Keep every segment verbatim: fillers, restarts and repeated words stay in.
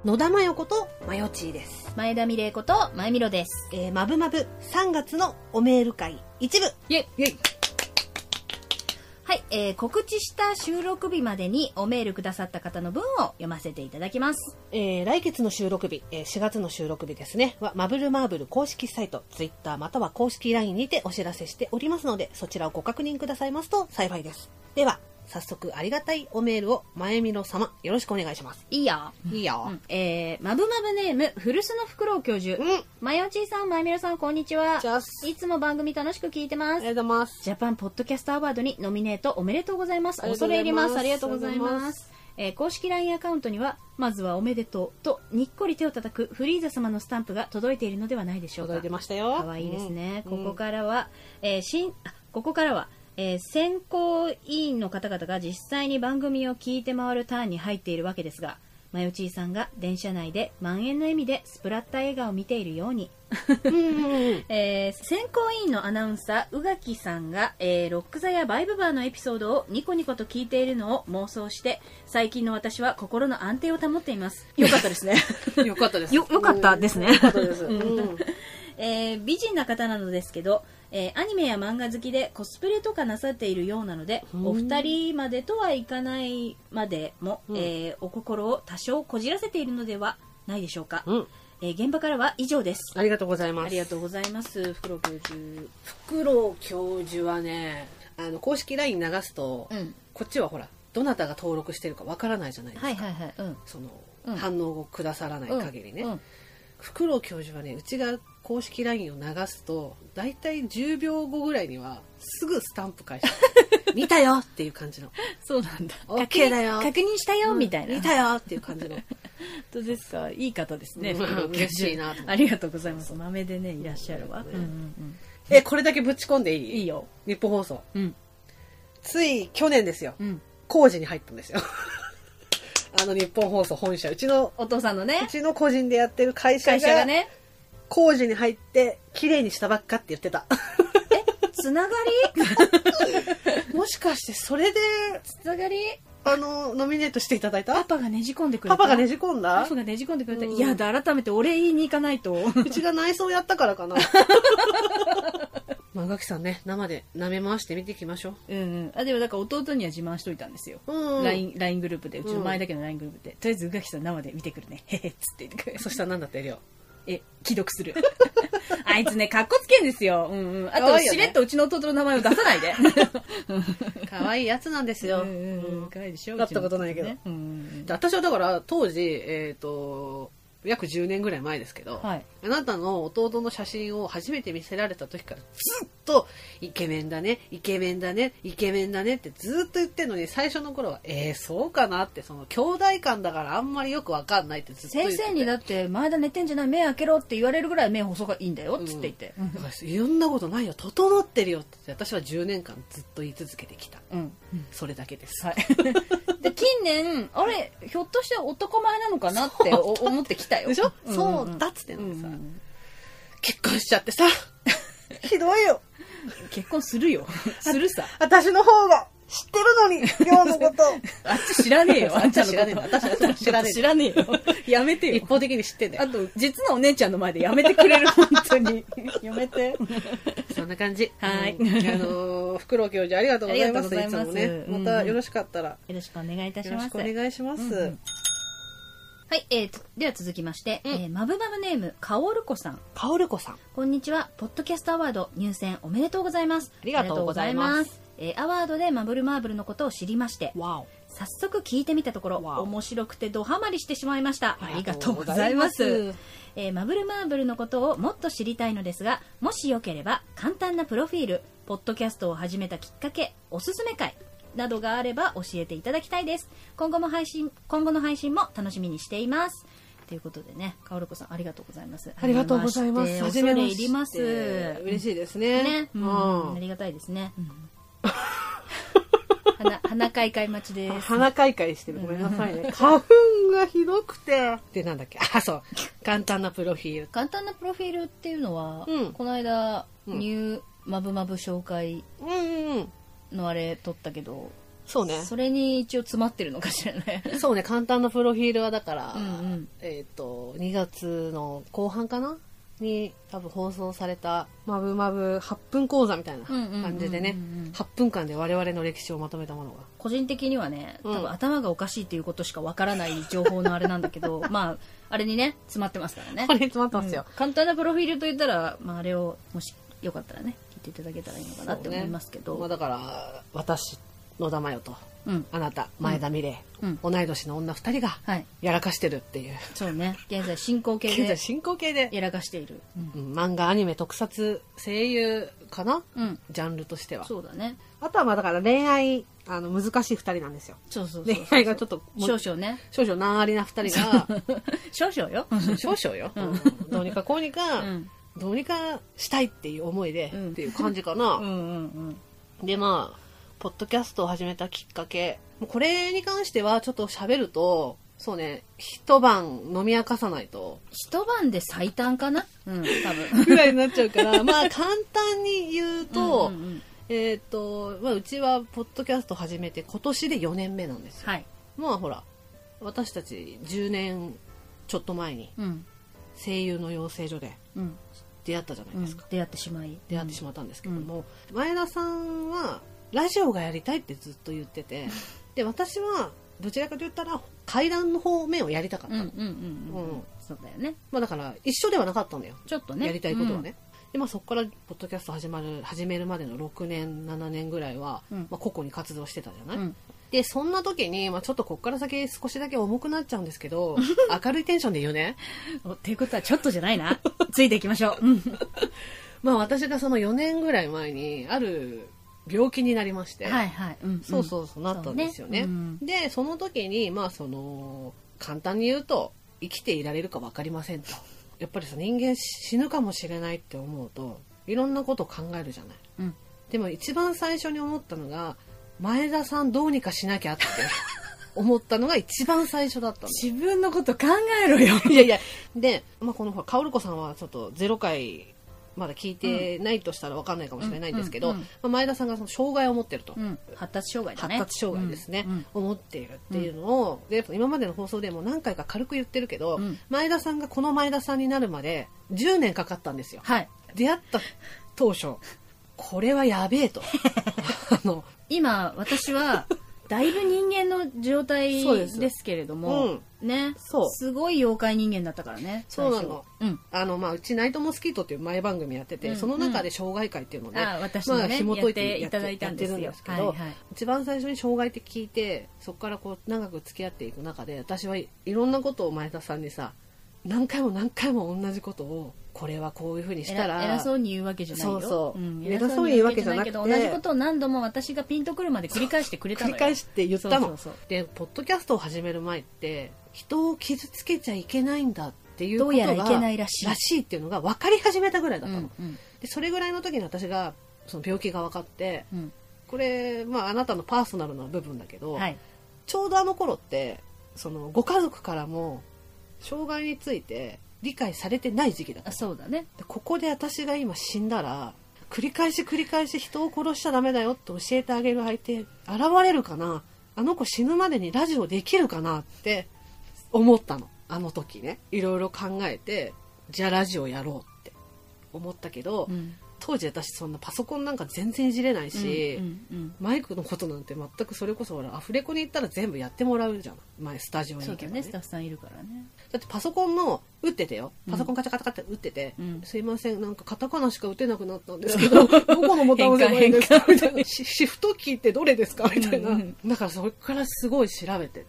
野田真代子とまよちーです。 前田美玲子とまゆみろです。 えー、まぶまぶさんがつのおメール会一部。 イェイイェイ。はい、えー、告知した収録日までにおメールくださった方の文を読ませていただきます。 えー、来月の収録日、えー、しがつの収録日ですねはマブルマーブル公式サイト、ツイッターまたは公式 ライン にてお知らせしておりますので、そちらをご確認くださいますと幸いです。では早速ありがたいおメールをまゆみろ様よろしくお願いします。 いいよいいよ、 うん、えー、まぶまぶネーム古巣のフクロウ教授、うん、まよちーさん、まゆみろさん、こんにちは。いつも番組楽しく聞いてます。 ありがとうございます。 ジャパンポッドキャストアワードにノミネートおめでとうございます。恐れ入ります。ありがとうございます。えー、公式 ライン アカウントにはまずはおめでとうとにっこり手を叩くフリーザ様のスタンプが届いているのではないでしょうか。 届いてましたよ。 かわいいですね、うん、ここからは、えー、新あここからはえー、選考委員の方々が実際に番組を聞いて回るターンに入っているわけですが、まよちーさんが電車内で満円の笑みでスプラッター映画を見ているようにえー、選考委員のアナウンサー宇垣さんが、えー、ロック座やバイブバーのエピソードをニコニコと聞いているのを妄想して、最近の私は心の安定を保っています。よかったですねよかったですよ、よかったですね。よかったです、 うんえー、美人な方なのですけど、えー、アニメや漫画好きでコスプレとかなさっているようなので、お二人までとはいかないまでも、うん、えー、お心を多少こじらせているのではないでしょうか。うん、えー、現場からは以上です。 ありがとうございます。 ありがとうございます。フクロウ教授。 フクロウ教授はね、あの公式 ライン 流すと、うん、こっちはほらどなたが登録してるかわからないじゃないですか。はいはいはい、うん、その、うん、反応をくださらない限りね。うんうん、フクロウ教授はね、うちが公式 ライン を流すとだいたいじゅうびょうごぐらいにはすぐスタンプ返して見たよっていう感じの。 そうなんだ。 OK だよ、 確認したよ、うん、みたいな。 見たよっていう感じの。 本当ですか。いい方ですね。 うん、嬉しいなと。 ありがとうございます。豆でねいらっしゃるわ。うんうんうん、 えこれだけぶち込んでいい？ いいよ。 日本放送、 うん、 つい去年ですよ、うん、工事に入ったんですよ。あの日本放送本社、うちのお父さんのね、 うちの個人でやってる会社が、 会社がね、 工事に入って綺麗にしたばっかって言ってた。 え、つながり？もしかしてそれでつながり？ あのノミネートしていただいた？ パパがねじ込んでくれた。 パパがねじ込んだ？ パパがねじ込んでくれた。いやだ、改めてお礼言いに行かないと。 うちが内装やったからかな。まあ、宇垣さんね、生で舐め回して見ていきましょう。 うんうん。あ、でもだから弟には自慢しといたんですよ。うん、ライン、ライン グループで、うちの前だけの ライン グループで、うん、とりあえず宇垣さん生で見てくるね。へへっつって言ってくれ。 そしたら何だったよ。 え、既読する。あいつね、かっこつけんですよ。うんうん。あと、しれっとうちの弟の名前を出さないで。 可愛いやつなんですよ。 うん、可愛いでしょ。 会ったことないけど。ね、うんうん、私はだから当時、えっと、約じゅうねんぐらい前ですけど、はい、あなたの弟の写真を初めて見せられた時からずっとイケメンだね、イケメンだね、イケメンだねってずっと言ってるのに、最初の頃はえー、そうかなって、その兄弟間だからあんまりよくわかんないってずっと言ってて、 先生にだって前田寝てんじゃない、目開けろって言われるぐらい目細がいいんだよっつって言って、うん、 だからいろんなことないよ、整ってるよって私はじゅうねんかんずっと言い続けてきた、うんうん、それだけです、はい、 で近年あれひょっとして男前なのかなって思ってきたよでしょ、うんうん、そうだっつってんのにさ、うんうん、結婚しちゃってさひどいよ。 結婚するよ。するさ。 私の方が知ってるのに、亮のこと。 あっち知らねえよ。 あっち知らねえよ。私は知らねえ。 知らねえよ。やめてよ。 一方的に知ってんだよ。 あと、実のお姉ちゃんの前でやめてくれる、本当に。やめて。 そんな感じ。 はい。 あのー、フクロウ教授ありがとうございます。いつもね。またよろしかったら。 よろしくお願いいたします。 よろしくお願いします。 はい、えー、では続きまして、うん、えー、まぶまぶネームかおるこさん。 かおるこさん、 こんにちは。ポッドキャストアワード入選おめでとうございます。 ありがとうございます。 えー、アワードでマブルマーブルのことを知りまして、早速聞いてみたところ面白くてドハマりしてしまいました。ありがとうございます。えー、マブルマーブルのことをもっと知りたいのですが、もしよければ簡単なプロフィール、ポッドキャストを始めたきっかけ、おすすめ会などがあれば教えていただきたいです。今後も配信今後の配信も楽しみにしています。ということでね、かおるこさんありがとうございます。 ありがとうございます。 初めて入ります。 嬉しいですね。 ね、うん、ありがたいですね。うん花, 花開会待ちです。 花開会してる。ごめんなさいね。花粉がひどくて。で、なんだっけ。あ、そう。簡単なプロフィール。 簡単なプロフィールっていうのは、うん、この間、うん、ニューマブマブ紹介のあれ撮ったけど、 そうね。 それに一応詰まってるのかしらね。 そうね、簡単なプロフィールはだから、 うんうん、 えっと、にがつの後半かなに多分放送されたまぶまぶはっぷん講座みたいな感じでね、はっぷんかんで我々の歴史をまとめたものが。 個人的にはね、多分頭がおかしいっていうことしかわからない情報のあれなんだけど、まあ、あれにね、詰まってますからね。 あれに詰まってますよ。 うん、簡単なプロフィールといったら、まあ、あれをもしよかったらね、聞いていただけたらいいのかなって思いますけど。 ね、まあ、だから、私、野田真代と、うん、あなた前田美玲、うん、同い年の女ふたりがやらかしてるっていう、はい、 そうね、現在進行形で現在進行形でやらかしている、 うん、漫画アニメ特撮声優かな、うん、ジャンルとしては。 そうだね。 あとはまあだから恋愛あの難しいふたりなんですよ。 そうそうそうそう、 恋愛がちょっと少々ね、 少々難ありなふたりが少々よ少々よ、うん、どうにかこうにか、うん、どうにかしたいっていう思いで、うん、っていう感じかな。うんうん、うん、でまあポッドキャストを始めたきっかけ、これに関してはちょっと喋ると、そうね、一晩飲み明かさないと。 一晩で最短かな、うん、多分。 ぐらいになっちゃうから、まあ簡単に言うと、うんうんうん、えっと、まあうちはポッドキャスト始めて今年でよねんめなんですよ。はい。まあほら、私たちじゅうねんちょっと前に、声優の養成所で、うん出会ったじゃないですか、 うん、出会ってしまい出会ってしまったんですけども、うん、前田さんはラジオがやりたいってずっと言っててで私はどちらかと言ったら怪談の方面をやりたかったの。 そうだよね。 まあだから一緒ではなかったんだよ、 ちょっとね、 やりたいことはね、うん、でまあそこからポッドキャスト始まる始めるまでのろくねんななねんぐらいは、うんまあ、個々に活動してたじゃない、うん、でそんな時に、まあ、ちょっとこっから先少しだけ重くなっちゃうんですけど明るいテンションで言うねっていうことはちょっとじゃないなついていきましょうまあ私がそのよねんぐらい前にある病気になりまして、 はいはい、うんうん、 そうそうそうなったんですよね。そ、ねうん、でその時にまあその簡単に言うと生きていられるか分かりませんと。やっぱりさ人間死ぬかもしれないって思うといろんなことを考えるじゃない、うん、でも一番最初に思ったのが前田さんどうにかしなきゃって思ったのが一番最初だったの。 自分のこと考えろよいやいやで、まあ、このかおるこさんはちょっとゼロ回まだ聞いてないとしたら分かんないかもしれないんですけど、うんうんうんまあ、前田さんがその障害を持ってると、うん、 発達障害だね発達障害ですね、うんうん、を持っているっていうのをで今までの放送でも何回か軽く言ってるけど、うん、前田さんがこの前田さんになるまでじゅうねんかかったんですよ、はい、出会った当初これはやべえとあの今私はだいぶ人間の状態ですけれども、うん、ね、そうすごい妖怪人間だったからね。 そうなの。うん、あのまあうちナイトモスキートっていう前番組やってて、うん、その中で障害会っていうのをね、 あ私もね、まあ、紐解いていただいたんですよ。 やってるんですけど、はいはい、一番最初に障害って聞いて、そこからこう長く付き合っていく中で、私はいろんなことを前田さんにさ、何回も何回も同じことを。これはこういう風にしたら偉そうに言うわけじゃないよ。 そうそう、うん、 偉そうに言うわけじゃないけど同じことを何度も私がピンとくるまで繰り返してくれたのよ。 繰り返して言ったの。そうそうそうでポッドキャストを始める前って人を傷つけちゃいけないんだっていうことがどうやらいけないらしいらしいっていうのが分かり始めたぐらいだったの、うんうん、でそれぐらいの時に私がその病気が分かって、うん、これまああなたのパーソナルな部分だけど、はい、ちょうどあの頃ってそのご家族からも障害について理解されてない時期だった。 そうだね。 でここで私が今死んだら繰り返し繰り返し人を殺しちゃダメだよって教えてあげる相手現れるかな、あの子死ぬまでにラジオできるかなって思ったの。あの時ねいろいろ考えてじゃあラジオやろうって思ったけど、うん、当時私そんなパソコンなんか全然いじれないし、うんうんうん、マイクのことなんて全くそれこそアフレコに行ったら全部やってもらうじゃん。前スタジオに行けば、ね、 そうだね、スタッフさんいるからね。 だってパソコンの打っててよ、パソコンカチャカチャカって打ってて、うん、すいませんなんかカタカナしか打てなくなったんですけどどこのボタンを押せばいいんですかみたいなシフトキーってどれですかみたいな、うんうん、だからそれからすごい調べてって、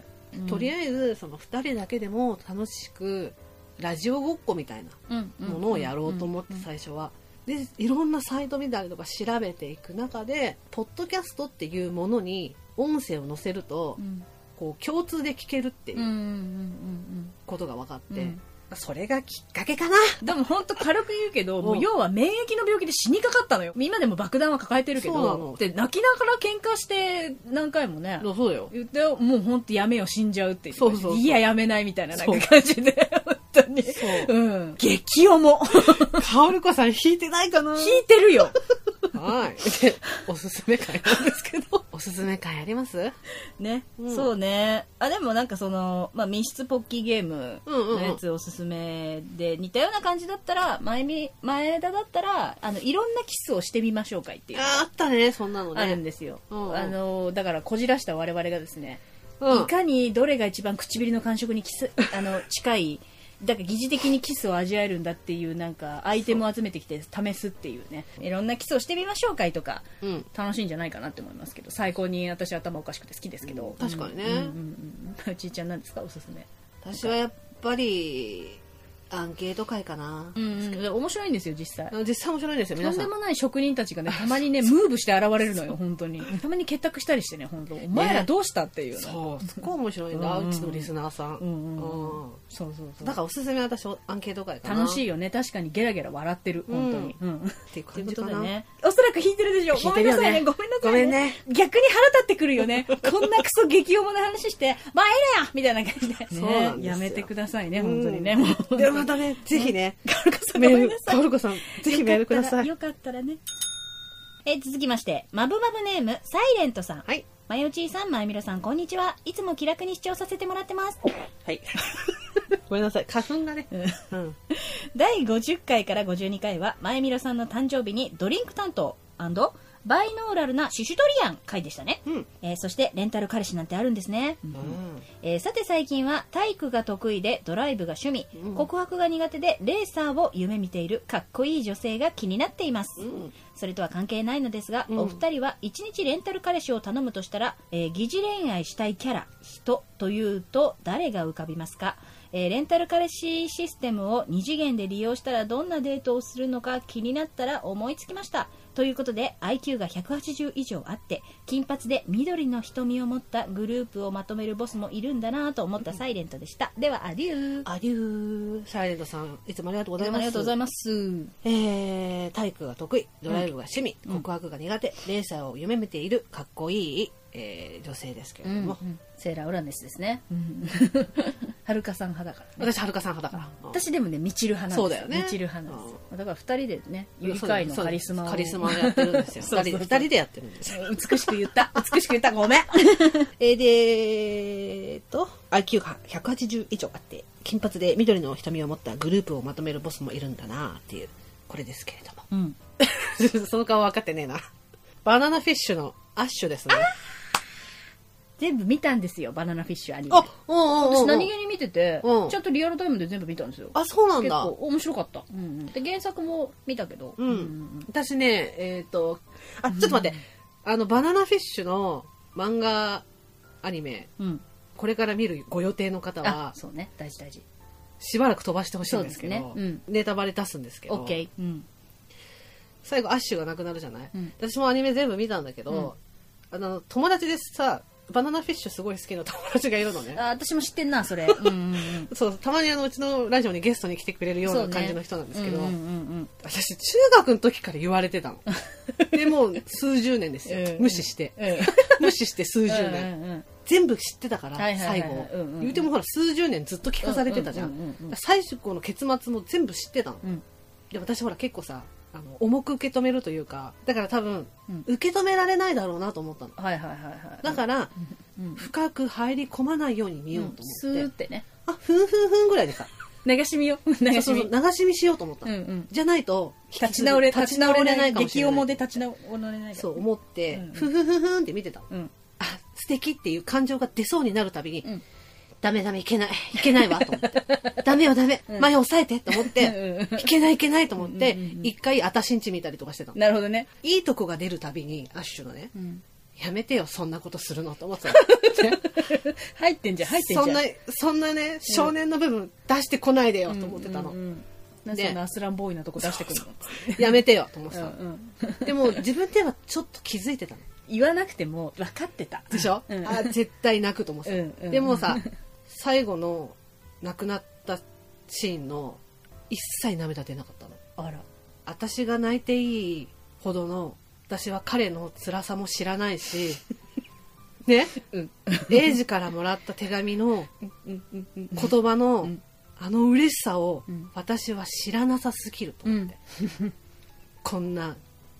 うん、とりあえずそのふたりだけでも楽しくラジオごっこみたいなものをやろうと思って最初は。でいろんなサイト見たりとか調べていく中でポッドキャストっていうものに音声を載せると、うん、こう共通で聞けるっていうことが分かって、うん、それがきっかけかな。 でも本当軽く言うけどもう要は免疫の病気で死にかかったのよ。今でも爆弾は抱えてるけどで泣きながら喧嘩して何回もねそうよ言ってもう本当やめよ死んじゃうっていう、そうそうそういややめないみたいななんか感じで本当にそう、うん、激重かおるこさん弾いてないかな。 弾いてるよはいおすすめ会なんですけどおすすめ会ありますね、うん、そうね。あ、でもなんかその、まあ、密室ポッキーゲームのやつおすすめで、似たような感じだったら、前み、前田だったら、あの、いろんなキスをしてみましょうかいっていう。 あ、あったね、そんなのね。 あるんですよ。 うんうん、 あの、だからこじらした我々がですね、 うん、 いかにどれが一番唇の感触にキス、あの、近い、だから疑似的にキスを味わえるんだっていうなんかアイテムを集めてきて試すっていうね、いろんなキスをしてみましょうかいとか、うん、楽しいんじゃないかなって思いますけど、最高に私頭おかしくて好きですけど、 うん、確かにね。うんうんうん、うちいちゃんなんですかおすすめ。 私はやっぱりアンケート会かな。 うんうん、面白いんですよ実際。 実際面白いんですよ皆さん。 とんでもない職人たちがねたまにねムーブして現れるのよ本当に。たまに結託したりしてね本当。お前らどうしたっていう、ね。 そうすっごい面白いんだ、うんうん、うちのリスナーさん。うんうんうん、そうそうそう。だからおすすめは私アンケート会かな。 楽しいよね確かにゲラゲラ笑ってる本当に。うん。うん、っていう感じかな。ね。おそらく引いてるでしょ。ごめんなさいねごめんなさいね。ごめんね。逆に腹立ってくるよね。こんなクソ激重な話してまあいいなよみたいな感じで。ね、そうなんですよ。やめてくださいね本当にね。もう。 でまたねぜひね。 カオルコさんメール、カオルコさん、ぜひメールください。 よかったらね。え、続きまして、マブマブネーム、サイレントさん。はい。まよちーさん、まゆみろさん、こんにちは。いつも気楽に視聴させてもらってます。 はい。ごめんなさい、花粉がね。うん。 だいごじゅっかいからごじゅうにかいは、まゆみろさんの誕生日にドリンク担当&バイノーラルなシュシュトリアン回でしたね、うんえー、そしてレンタル彼氏なんてあるんですね、うんえー、さて最近は体育が得意でドライブが趣味、うん、告白が苦手でレーサーを夢見ているかっこいい女性が気になっています、うん、それとは関係ないのですが、うん、お二人はいちにちレンタル彼氏を頼むとしたら、えー、疑似恋愛したいキャラ人というと誰が浮かびますか？えー、レンタル彼氏システムをに次元で利用したらどんなデートをするのか気になったら思いつきました。ということで アイキュー がひゃくはちじゅう以上あって金髪で緑の瞳を持ったグループをまとめるボスもいるんだなと思ったサイレントでした。ではアデュー。 アデュー。サイレントさんいつもありがとうございます。 ありがとうございます。 えー、体育が得意、ドライブが趣味、うん、告白が苦手、レーサーを夢見ているかっこいい、えー、女性ですけれども、 うんうん、セーラーウラネスですね。はるかさん派だから、 ね、私はるかさん派だから、 うん、私でもねみちる派なんですよ。 そうだよね。 みちる派なんですよ。だからふたりでねゆりかいのカリスマをカリスマをやってるんですよ。ふたりでやってるんですよ。 美しく言った美しく言ったごめん。 えー、でえー、っと アイキュー がひゃくはちじゅう以上あって金髪で緑の瞳を持ったグループをまとめるボスもいるんだなっていうこれですけれども、うん、その顔分かってねえな。バナナフィッシュのアッシュですね。 全部見たんですよバナナフィッシュアニメ。あ、うんうんうん、私何気に見てて、うん、ちゃんとリアルタイムで全部見たんですよ。 あ、そうなんだ。 結構面白かった、うんうん、で原作も見たけど、 うんうん、私ねえっ、ー、とあちょっと待って、うん、あのバナナフィッシュの漫画アニメ、うん、これから見るご予定の方はそうね大事大事しばらく飛ばしてほしいんですけど、ねうん、ネタバレ出すんですけど、 OK、うん、 最後アッシュがなくなるじゃない、うん、私もアニメ全部見たんだけど、うん、あの友達でさバナナフィッシュすごい好きな友達がいるのね。 あ、私も知ってんなそれ。うんうんうん、 そうたまにあのうちのラジオにゲストに来てくれるような感じの人なんですけど、ねうんうんうん、私中学の時から言われてたの。でもう数十年ですよ、うんうん、無視して、うん、無視して数十年、うんうんうん、全部知ってたから、はいはいはい、最後、うんうん、言うてもほら数十年ずっと聞かされてたじゃん、うんうんうんうん、最後の結末も全部知ってたの、うん、で私ほら結構さあの重く受け止めるというかだから多分、うん、受け止められないだろうなと思ったの、 はいはいはいはい、 だから、うん、深く入り込まないように見ようと思って、 うん、スーってねあふんふんふんぐらいでさ流し見よう流し見そうそう流し見しようと思った、うんうん、じゃないと立ち直れ立ち直れないかもしれない激重で立ち直れないそう思って、うんうん、ふんふんふんふんって見てたの、うん、あ素敵っていう感情が出そうになるたびに、うんダメダメいけないいけないわと思ってダメよダメ、うん、前押さえてと思っていけないいけないと思って一回あたしんち見たりとかしてたの。 なるほどね。 いいとこが出るたびにアッシュのね、うん、やめてよそんなことするのと思ってた入ってんじゃん入ってんじゃんそんなそんなね少年の部分出してこないでよと思ってたの、うんうんうん、 なんでそんなアスランボーイなとこ出してくるのやめてよと思ってたの、うんうん、でも自分ではちょっと気づいてたの。 言わなくても分かってたでしょ、うん、あ絶対泣くと思ってた、うんうん、でもさ最後の亡くなったシーンの一切涙出なかったの。 あら私が泣いていいほどの私は彼の辛さも知らないしね、うん、エイジからもらった手紙の言葉のあの嬉しさを私は知らなさすぎると思って、うん、こんな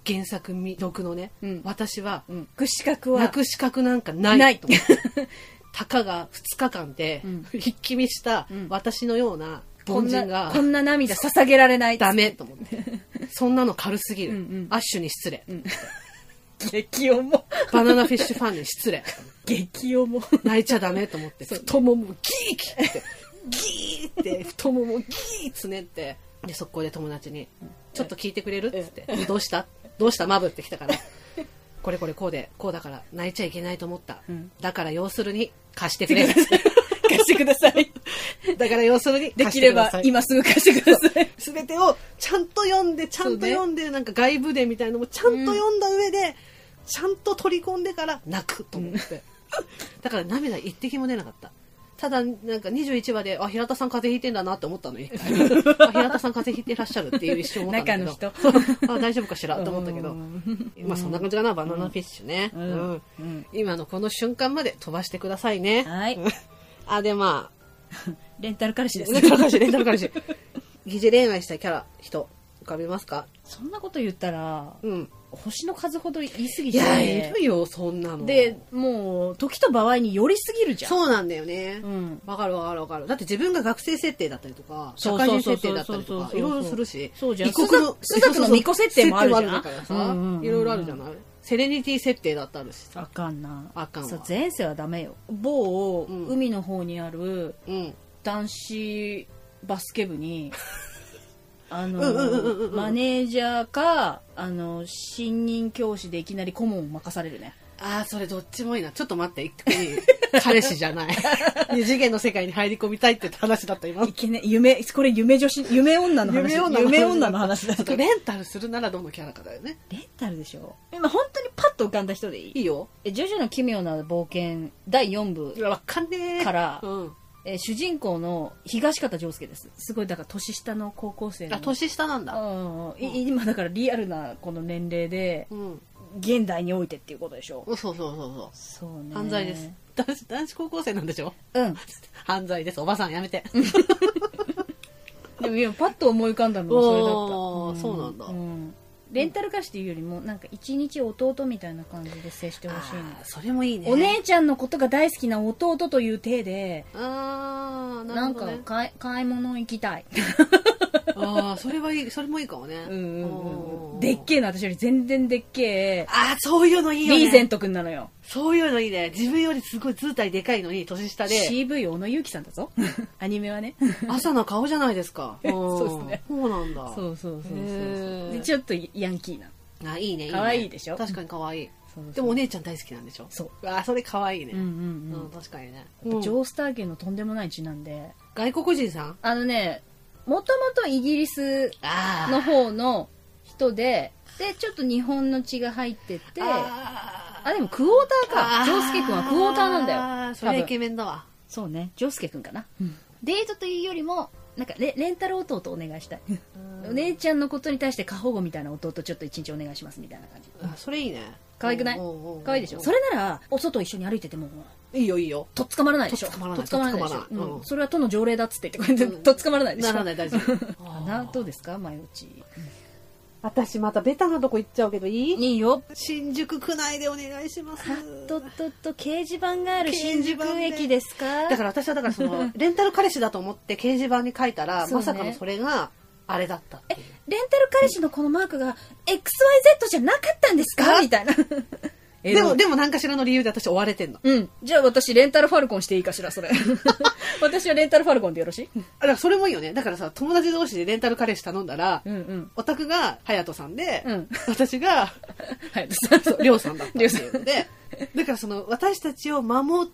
原作未読のね、うん、私は、 うん、泣く資格は泣く資格なんかないないと思ってたかがふつかかんで、うん、一気見した私のような凡人が、 うん、こんな、こんな涙捧げられないダメと思ってそんなの軽すぎる、うんうん、アッシュに失礼、うん、 激重バナナフィッシュファンに失礼激重泣いちゃダメと思って太ももギーキってギーって太ももギーつねってで速攻で友達に「ちょっと聞いてくれる?」っつって「どうした?」どうしたマブってきたからこれこれこうでこうだから泣いちゃいけないと思った、うん、だから要するに貸してくれ貸してくださいだから要するにできれば今すぐ貸してくださいすべてをちゃんと読んでちゃんと読んで、ね、なんか外部伝みたいなのもちゃんと読んだ上で、うん、ちゃんと取り込んでから泣くと思って、うん、だから涙一滴も出なかったただなんかにじゅういちわであ平田さん風邪ひいてんだなって思ったのにあ平田さん風邪ひいてらっしゃるっていう一瞬思ったんだけど中の人あ大丈夫かしらと思ったけどまあそんな感じかなバナナフィッシュね、うんうんうん、今のこの瞬間まで飛ばしてくださいねはいあでまあレンタル彼氏ですレンタル彼氏レンタル彼氏疑似恋愛したいキャラ人浮かびますかそんなこと言ったら、うん、星の数ほど言い過ぎていやいるよそんなのでもう時と場合によりすぎるじゃんそうなんだよねわ、うん、かるわかるわかるだって自分が学生設定だったりとか社会人設定だったりとかいろいろするしそうじゃんスザクの巫女設定もあるじゃんからさいろいろあるじゃないセレニティ設定だったらしさあかんなあかんわ前世はダメよ某、うん、海の方にある、うん、男子バスケ部にあのマネージャーかあの新任教師でいきなり顧問を任されるねああそれどっちもいいなちょっと待って彼氏じゃない二次元の世界に入り込みたいって話だった今いけね夢これ夢女子夢女の話夢女の話夢女の話だとレンタルするならどのキャラかだよねレンタルでしょ今本当にパッと浮かんだ人でいいいいよえジョジョの奇妙な冒険だいよんぶわかんねから、うんえー、主人公の東方丈介です。すごいだから年下の高校生の。 あ年下なんだ。 うん、うん、今だからリアルなこの年齢で、うん、現代においてっていうことでしょ。 そうそうそうそう。 そうね。 犯罪です。男子男子高校生なんでしょ。 うん。 犯罪です。おばさんやめて。 でも今パッと思い浮かんだのがそれだった。 ああ、そうなんだ。 うんレンタル貸しっていうよりもなんか一日弟みたいな感じで接してほしいの。 それもいいね。 お姉ちゃんのことが大好きな弟という体であなるほど、ね、なんか買い買い物行きたいああそれはいいそれもいいかもね、うんうんうん、でっけえの私より全然でっけえああそういうのいいよねリーゼントくんなのよそういうのいいね自分よりすごい図体でかいのに年下でシーブイ 小野友樹さんだぞアニメはね朝の顔じゃないですかそうですねそうなんだそうそうそうそうでちょっとヤンキーなあいいねいいね可愛いでしょ確かに可愛いそうそうでもお姉ちゃん大好きなんでしょそうあそれ可愛いね、うんうんうんうん、確かにね、 うん、ジョースター家のとんでもない血なんで外国人さんあのねもともとイギリスの方の人ででちょっと日本の血が入っててああでもクォーターかジョースケ君はクォーターなんだよあそれイケメンだわそうねジョースケ君かな、うん、デートというよりもなんか レ, レンタル弟お願いしたいお姉ちゃんのことに対して過保護みたいな弟ちょっと一日お願いしますみたいな感じあそれいいね可愛くない可愛いでしょそれならお外一緒に歩いててもいいよいいよとっ捕まらないでしょとっ捕まらないとっ捕まらないでしょ、うん、それは都の条例だっつって言ってとっ捕まらないでしょならない大丈夫あなどうですか前打ち私またベタなとこ行っちゃうけどいいいいよ新宿区内でお願いしますとっとっと掲示板がある新宿駅ですかだから私はだからそのレンタル彼氏だと思って掲示板に書いたら、ね、まさかのそれがあれだったっていうえレンタル彼氏のこのマークが エックスワイゼット じゃなかったんですかみたいなでも、でも何かしらの理由で私追われてんの。 うん。じゃあ私レンタルファルコンしていいかしら、それ。私はレンタルファルコンでよろしいあ、だからそれもいいよね。だからさ、友達同士でレンタル彼氏頼んだら、うんうん、オタクが隼人さんで、うん、私が、 隼人さん。 そう、りょうさんだったっていうので、だからその、私たちを守って、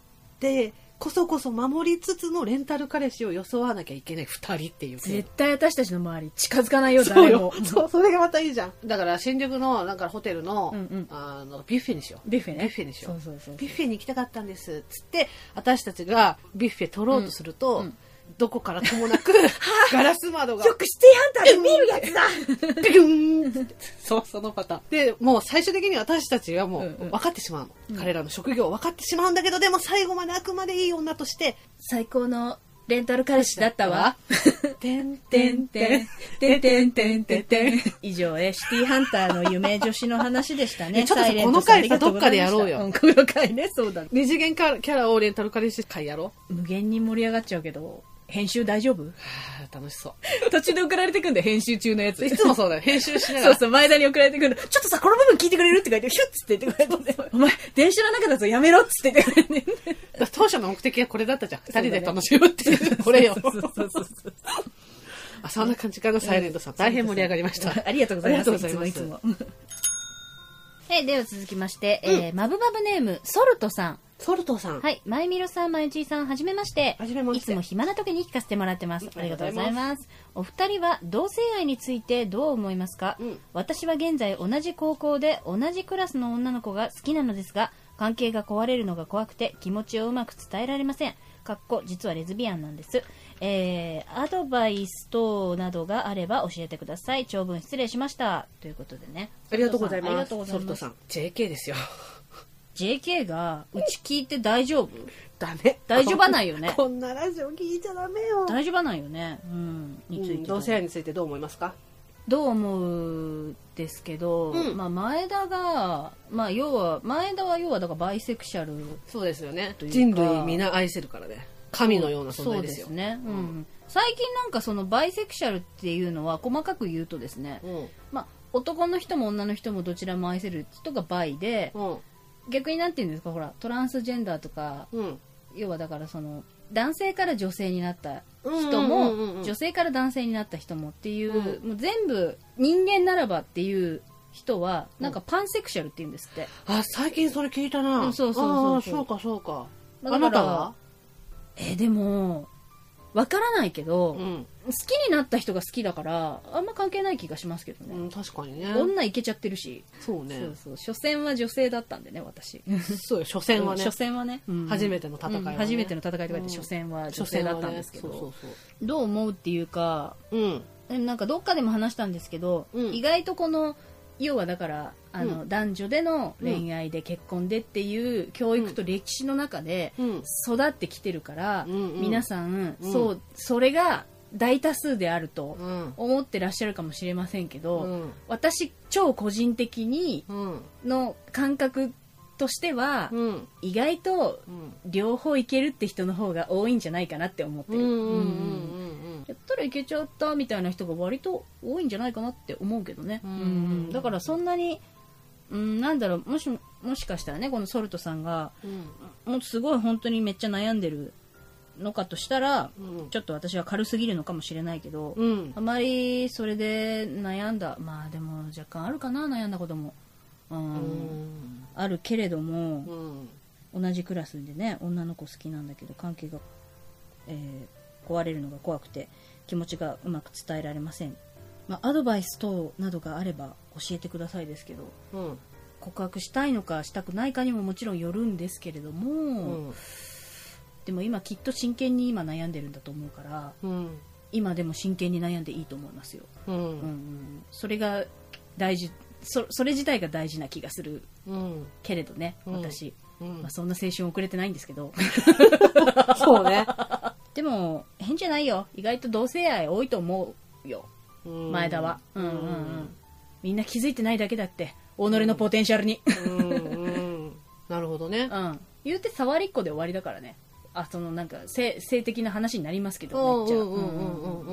こそこそ守りつつのレンタル彼氏を装わなきゃいけない二人っていう。 絶対私たちの周り近づかないよ、誰も。 そう、それがまたいいじゃん。だから新宿のなんかホテルの、うんうん、あのビュッフェにしよう。 ビュッフェね。 ビュッフェにしよう。 そうそうそうそう。 ビュッフェに行きたかったんです。つって私たちがビュッフェ取ろうとすると。うんうんどこからともなくガラス窓がよくシティハンターで見るやつだピューンってそうそのパターンでもう最終的に私たちはもう分かってしまうの、うんうん、彼らの職業分かってしまうんだけどでも最後まであくまでいい女として最高のレンタル彼氏だったわ。 てんてんてん。てんてんてんてんてん。 以上、え、シティハンターの夢女子の話でしたね。 ちょっとこの回さ、どっかでやろうよ。 うん、この回ね、そうだね。 二次元キャラをレンタル彼氏回やろう。無限に盛り上がっちゃうけど、編集大丈夫？はぁ、楽しそう。 途中で送られてくんだよ、編集中のやつ。 いつもそうだよ、編集しながら。 そうそう、前田に送られてくるの。ちょっとさ、この部分聞いてくれるって書いて、ヒュッつって言ってくれて、お前、電車の中だぞ、やめろっつって言ってくれて、ね。 当初の目的はこれだったじゃん。二人で楽しむっていう、これよ。そうそうそうそう。あ、そんな感じかな、サイレントさん。大変盛り上がりました。 ありがとうございます。 ありがとうございます。 いつもいつも。え、では続きまして、えー、マブマブネーム、ソルトさん。 ソルトさん。 はい。まゆみろさん、まゆちーさん、はじめまして。 はじめまして。 いつも暇な時に聞かせてもらってます。ありがとうございます。お二人は同性愛についてどう思いますか？うん、私は現在同じ高校で同じクラスの女の子が好きなのですが、関係が壊れるのが怖くて気持ちをうまく伝えられません。かっこ実はレズビアンなんです。えー、アドバイス等などがあれば教えてください。長文失礼しました。ということでね。 ありがとうございます。 ありがとうございます。 ソルトさん。ジェーケー ですよ。 ジェーケー がうち聞いて大丈夫？ ダメ。 大丈夫はないよね。 こんなラジオ聞いちゃダメよ。 大丈夫はないよね。うん。について、 うん、同性愛についてどう思いますか？ どう思うですけど、うん、まあ前田が、まあ要は、前田は要はだからバイセクシャル。 そうですよね。人類皆愛せるからね。神のような存在ですよ。 そうですね。うん。最近なんかそのバイセクシャルっていうのは細かく言うとですね、うん、まあ男の人も女の人もどちらも愛せる人がバイで、うん、逆になんて言うんですか、ほらトランスジェンダーとか、うん、要はだからその男性から女性になった人も、女性から男性になった人もっていう、うん、もう全部人間ならばっていう人はなんかパンセクシャルって言うんですって。 うん、あ、最近それ聞いたな。 うん、そうそうそうそう。そうかそうか。 まあ、あなたは？えー、でもわからないけど、うん、好きになった人が好きだからあんま関係ない気がしますけどね。 うん、確かにね。 女いけちゃってるし。 そうね。 そうそう。所詮は女性だったんでね、私。 そうよ、所詮はね。 所詮はね。 うん、初めての戦いは、ねうん、 初めての戦いとか言って、所詮は女性だったんですけど、ね、そうそうそう。どう思うっていうか、うん、なんかどっかでも話したんですけど、うん、意外とこの要はだからあの、うん、男女での恋愛で結婚でっていう教育と歴史の中で育ってきてるから、うん、皆さん、うん、そうそれが大多数であると思ってらっしゃるかもしれませんけど、うん、私超個人的にの感覚としては、うん、意外と両方いけるって人の方が多いんじゃないかなって思ってる。やったらいけちゃったみたいな人が割と多いんじゃないかなって思うけどね。うん、だからそんなに、うん、なんだろう、もしもしかしたらね、このソルトさんが、うん、もうすごい本当にめっちゃ悩んでるのかとしたら、うん、ちょっと私は軽すぎるのかもしれないけど、うん、あまりそれで悩んだ、まあでも若干あるかな、悩んだことも、うん、うん、あるけれども、うん、同じクラスでね女の子好きなんだけど関係が、えー壊れるのが怖くて気持ちがうまく伝えられません。まあ、アドバイス等などがあれば教えてくださいですけど、うん、告白したいのかしたくないかにももちろんよるんですけれども、うん、でも今きっと真剣に今悩んでるんだと思うから、うん、今でも真剣に悩んでいいと思いますよ。うんうんうん、それが大事 そ, それ自体が大事な気がする、うん、けれどね私、うんまあ、そんな青春遅れてないんですけどそうねでも変じゃないよ。意外と同性愛多いと思うよ、前田は。うんうんうん。みんな気づいてないだけだって、己のポテンシャルに。 うんうん、なるほどね。 うん。言うて触りっこで終わりだからね。あ、そのなんか性性的な話になりますけど、めっちゃ。うんうんうんうんうん。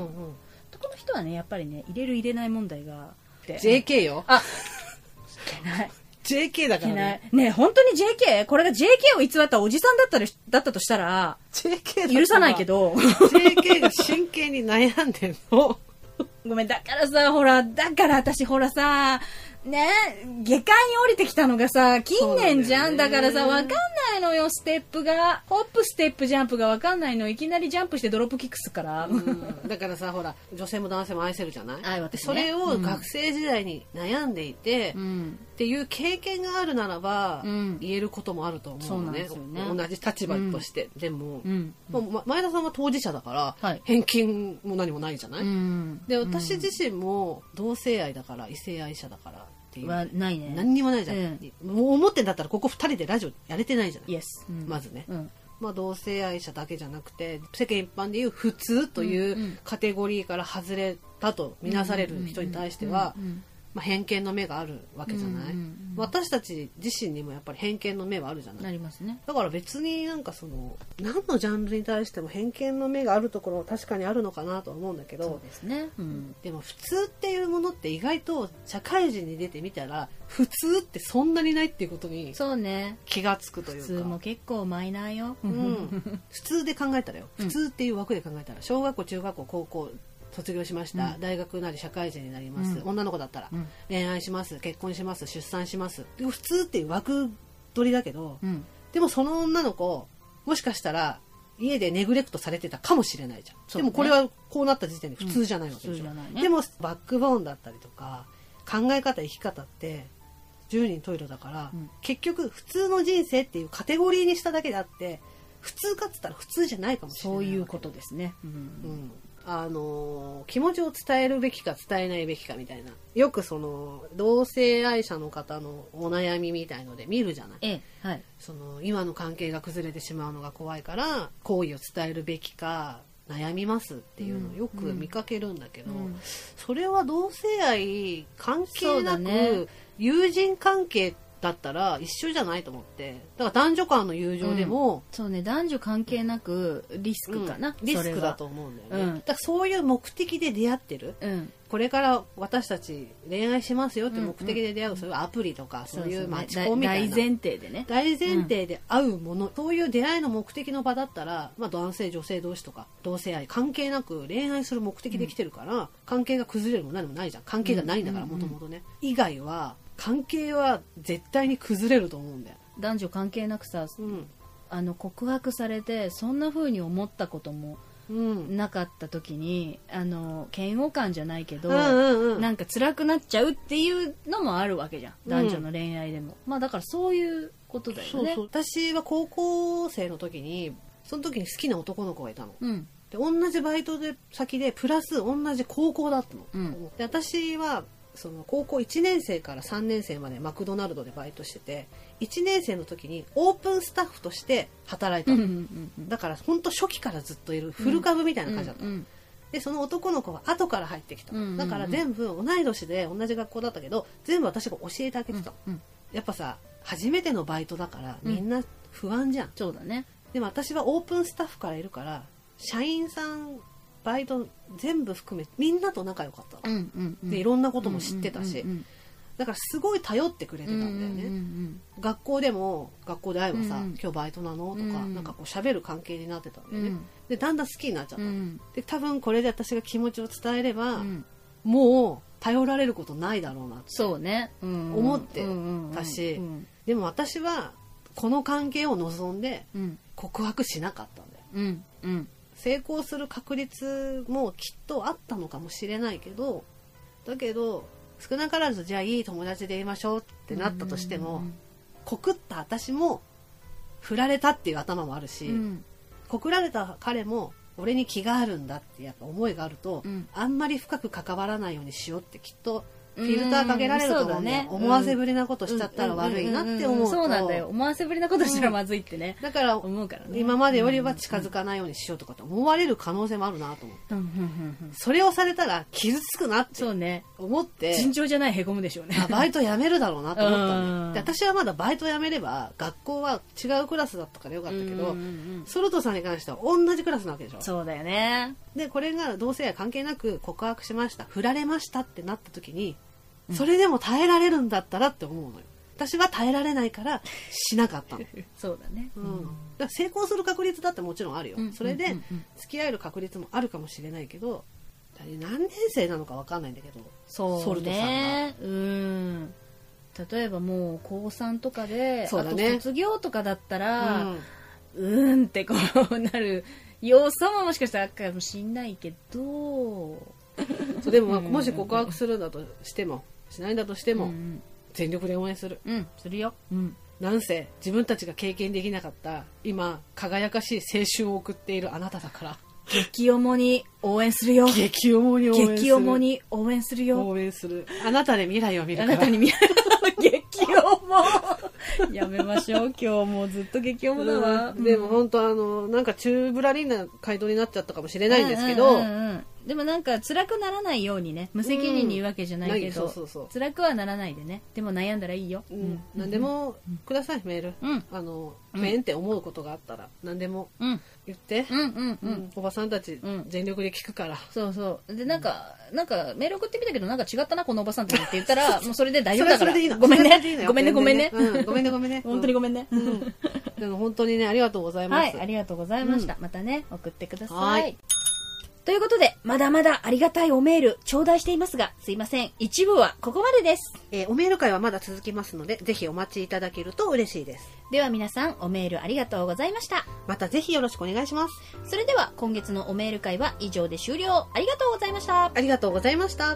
男の人はね、やっぱりね、入れる入れない問題が。 ジェーケー よ。 あ、いけない。 ジェーケー だからね。 ねえ、本当に ジェーケー？ これが ジェーケー を偽ったおじさんだったら、だったとしたら、 ジェーケー許さないけど。 ジェーケー が真剣に悩んでんの。 ごめん、だからさ、ほら、だから私ほらさ、ね、下界に降りてきたのがさ、近年じゃん。だからさ、わかんないのよ、ステップが。ホップ、ステップ、ジャンプがわかんないの。いきなりジャンプしてドロップキックすから。 うん、だからさ、ほら、女性も男性も愛せるじゃない？ 愛、私ね。 それを学生時代に悩んでいて、うん、っていう経験があるならば、うん、言えることもあると思うのね。そうなんですよね。同じ立場として。うん、でも、うん、もう前田さんは当事者だから、はい、偏見も何もないじゃない？うん、で、私自身も同性愛だから、異性愛者だから、 はないね。 何にもないじゃん、うん、もう思ってんだったらここふたりでラジオやれてないじゃない、 yes うん、 まずね、うん、 まあ、同性愛者だけじゃなくて世間一般でいう普通というカテゴリーから外れたとみなされる人に対しては、まあ、偏見の目があるわけじゃない、うんうんうん、私たち自身にもやっぱり偏見の目はあるじゃない。 なりますね。 だから別になんかその何のジャンルに対しても偏見の目があるところは確かにあるのかなとは思うんだけど、 そうですね、うん、 でも普通っていうものって意外と社会人に出てみたら普通ってそんなにないっていうことに気がつくというか、 普通も結構マイナーよ、 うん、普通で考えたらよ、普通っていう枠で考えたら小学校中学校高校卒業しました、うん、大学なり社会人になります、うん、女の子だったら、うん、恋愛します結婚します出産しますで普通っていう枠取りだけど、うん、でもその女の子もしかしたら家でネグレクトされてたかもしれないじゃん、ね、でもこれはこうなった時点で普通じゃないわけでしょ、うんね、でもバックボーンだったりとか考え方生き方って十人十色だから、うん、結局普通の人生っていうカテゴリーにしただけであって普通かっつったら普通じゃないかもしれない。 そういうことですね、うんうんあの気持ちを伝えるべきか伝えないべきかみたいなよくその同性愛者の方のお悩みみたいので見るじゃない、 ええはい、 その今の関係が崩れてしまうのが怖いから好意を伝えるべきか悩みますっていうのをよく見かけるんだけど、うんうん、それは同性愛関係なく、ね、友人関係だったら一緒じゃないと思って、だから男女間の友情でも、うん、 そうね男女関係なくリスクかな、うん、 リスクだと思うんだよね、うん、だからそういう目的で出会ってる、うん、これから私たち恋愛しますよって目的で出会う、うんうん、そういうアプリとかそういうマチコンみたいな、 大前提でね大前提で会うもの、うん、そういう出会いの目的の場だったら、まあ、男性女性同士とか同性愛関係なく恋愛する目的で来てるから、うん、関係が崩れるも何もないじゃん、関係がないんだからもともとね、以外は関係は絶対に崩れると思うんだよ。 男女関係なくさ、うん、あの告白されてそんな風に思ったこともなかった時に、うん、あの嫌悪感じゃないけど、うんうんうん、なんか辛くなっちゃうっていうのもあるわけじゃん、男女の恋愛でも、うん、まあだからそういうことだよね。そうそう、 私は高校生の時にその時に好きな男の子がいたの、うん、で同じバイトで先でプラス同じ高校だったの、うん、で私はその高校いちねん生からさんねん生までマクドナルドでバイトしてて、いちねん生の時にオープンスタッフとして働いたの、うんうんうん、だから本当初期からずっといるフル株みたいな感じだった、うんうんうん、でその男の子は後から入ってきた、うんうんうん、だから全部同い年で同じ学校だったけど全部私が教えてあげてた、うんうん、やっぱさ初めてのバイトだからみんな不安じゃん、うん、 そうだね。 でも私はオープンスタッフからいるから社員さんバイト全部含めみんなと仲良かったの、うんうんうん、でいろんなことも知ってたし、うんうんうん、だからすごい頼ってくれてたんだよね、うんうんうん、学校でも学校で会えばさ、うんうん、今日バイトなのとか、うん、なんかこう喋る関係になってたんだよね、うん、でだんだん好きになっちゃった、うん、で多分これで私が気持ちを伝えれば、うん、もう頼られることないだろうなってそうね、うんうん、 思ってたし、うんうんうん、でも私はこの関係を望んで告白しなかったんだよ、うんうん成功する確率もきっとあったのかもしれないけど、だけど少なからずじゃあいい友達でいましょうってなったとしても、告った私も振られたっていう頭もあるし、うん、告られた彼も俺に気があるんだってやっぱ思いがあると、うん、あんまり深く関わらないようにしようってきっとフィルターかけられると思うんだよ、ね、思わせぶりなことしちゃったら悪いなって思うと、 そうなんだよ、思わせぶりなことしたらまずいってね、 うん、だから思うからね、今までよりは近づかないようにしようとかって思われる可能性もあるなと思って、うんうんうんうん、それをされたら傷つくなって思って、 尋常じゃないへこむでしょうね。 バイト辞めるだろうなと思ったんで、で私はまだバイト辞めれば学校は違うクラスだったからよかったけど、うんうんうん、ソルトさんに関しては同じクラスなわけでしょ。 そうだよね。 でこれが同性愛関係なく告白しました、振られましたってなった時にそれでも耐えられるんだったらって思うのよ。私は耐えられないからしなかったの。 そうだね、 うん、だから成功する確率だってもちろんあるよ、うん、それで付き合える確率もあるかもしれないけど、何年生なのか分かんないんだけど、 そうね、ソルトさんがうん例えばもう高さんとかで、そうだね、あと卒業とかだったらうん、うーんってこうなる要素ももしかしたらあるかもしんないけどそうでももし告白するんだとしてもしないんだとしても、うん、全力で応援する、 うん、するよ、うん、 なんせ自分たちが経験できなかった今輝かしい青春を送っているあなただから、 激重に応援するよ、 激重に応援する、 激重に応援するよ、 応援する、あなたで未来を見るから、 あなたに未来激重やめましょう。今日もうずっと激重だわ。 うん、でも本当あの、なんか宙ぶらりんな回答になっちゃったかもしれないんですけど、うんうんうんうん、 でもなんか辛くならないようにね、無責任に言うわけじゃないけど、うん、そうそうそう、辛くはならないでね。でも悩んだらいいよ。 うんうん、何でもください、メール。うん、あの、めんって思うことがあったら何でも言って、うんうんうんうん、おばさんたち全力で聞くから。 そうそう。で、なんか、なんかメール送ってみたけどなんか違ったな、このおばさんたちって言ったら、もうそれで大丈夫だから。ごめんね。ごめんね、ごめんね。 ごめんね、ごめんね。 本当にごめんね。 うん、でも本当にね、ありがとうございます。 はい、ありがとうございました。うん、またね、送ってください。ということで、まだまだありがたいおメール頂戴していますが、すいません。一部はここまでです。 えー、おメール会はまだ続きますので、ぜひお待ちいただけると嬉しいです。 では皆さん、おメールありがとうございました。 またぜひよろしくお願いします。 それでは、今月のおメール会は以上で終了。ありがとうございました。 ありがとうございました。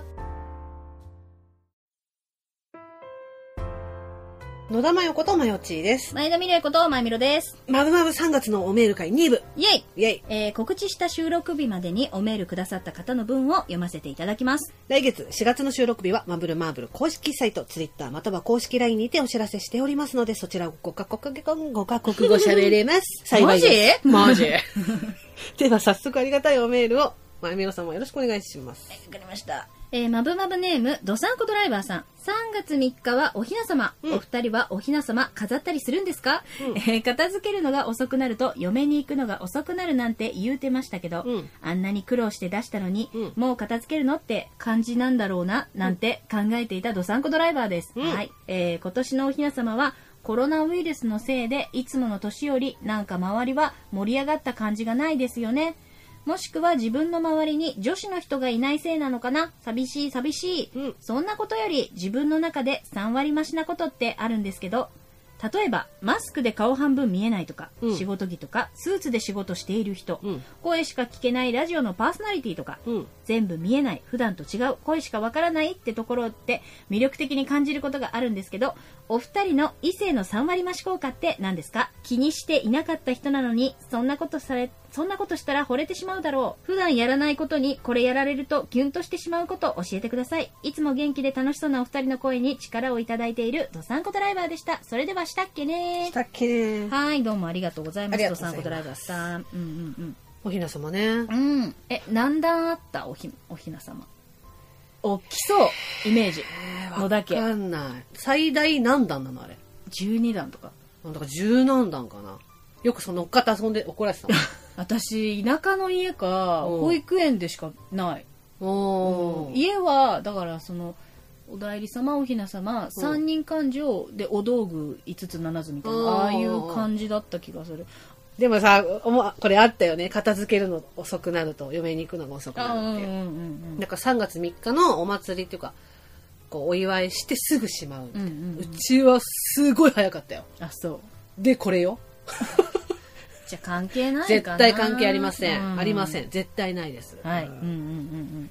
野田真代ことまよちーです。 前田美玲ことまゆみろです。 まぶまぶさんがつのおメール会に部。 イェイイェイ、えー、告知した収録日までにおメールくださった方の分を読ませていただきます。 来月しがつの収録日はマブルマーブル公式サイト、ツイッターまたは公式 ライン にてお知らせしておりますので、そちらをごカ国語、ごカ国語喋れます。 幸いです。 マジマジでは早速ありがたいおメールを、まゆみろさんもよろしくお願いします。 はい、わかりました。えー、まぶまぶネーム、ドサンコドライバーさん。さんがつみっかはおひなさま、うん。お二人はおひなさま飾ったりするんですか？うん、えー、片付けるのが遅くなると嫁に行くのが遅くなるなんて言うてましたけど、うん、あんなに苦労して出したのに、うん、もう片付けるのって感じなんだろうな、なんて考えていたドサンコドライバーです。うん、はい。えー、今年のおひなさまは、コロナウイルスのせいでいつもの年よりなんか周りは盛り上がった感じがないですよね。もしくは自分の周りに女子の人がいないせいなのかな。寂しい寂しい、うん、そんなことより自分の中でさんわり増しなことってあるんですけど、例えばマスクで顔半分見えないとか、うん、仕事着とかスーツで仕事している人、うん、声しか聞けないラジオのパーソナリティとか、うん、全部見えない、普段と違う、声しかわからないってところって魅力的に感じることがあるんですけど、お二人の異性のさんわり増し効果って何ですか？気にしていなかった人なのにそんなことされそんなことしたら惚れてしまうだろう。普段やらないことにこれやられるとキュンとしてしまうこと教えてください。いつも元気で楽しそうなお二人の声に力をいただいているドサンコドライバーでした。それではしたっけねしたっけねはい、どうもありがとうございます。ドサンコドライバーさん。うんうんうん。 おひなさまね。 うん。え、何段あったおひ、おひなさま。大きそう。イメージ。のだけ。 わかんない。最大何段なのあれ。 じゅうにだんとか。 なんだか十何段かな。よくその乗っかって遊んで怒られてたの。 私、田舎の家か、保育園でしかない。 おうん、家は、だからその、お内裏様、おひな様、三人勘定でお道具五つ七つみたいな、ああいう感じだった気がする。 でもさ、これあったよね。片付けるの遅くなると、嫁に行くのが遅くなるっていう。だからさんがつみっかのお祭りっていうか、こうお祝いしてすぐしまう、うんうんうん。うちはすごい早かったよ。 あ、そう。 で、これよ。 じゃあ関係ないかな。 絶対関係ありません。うん、ありません。絶対ないです。 はい。うんうんうんうん。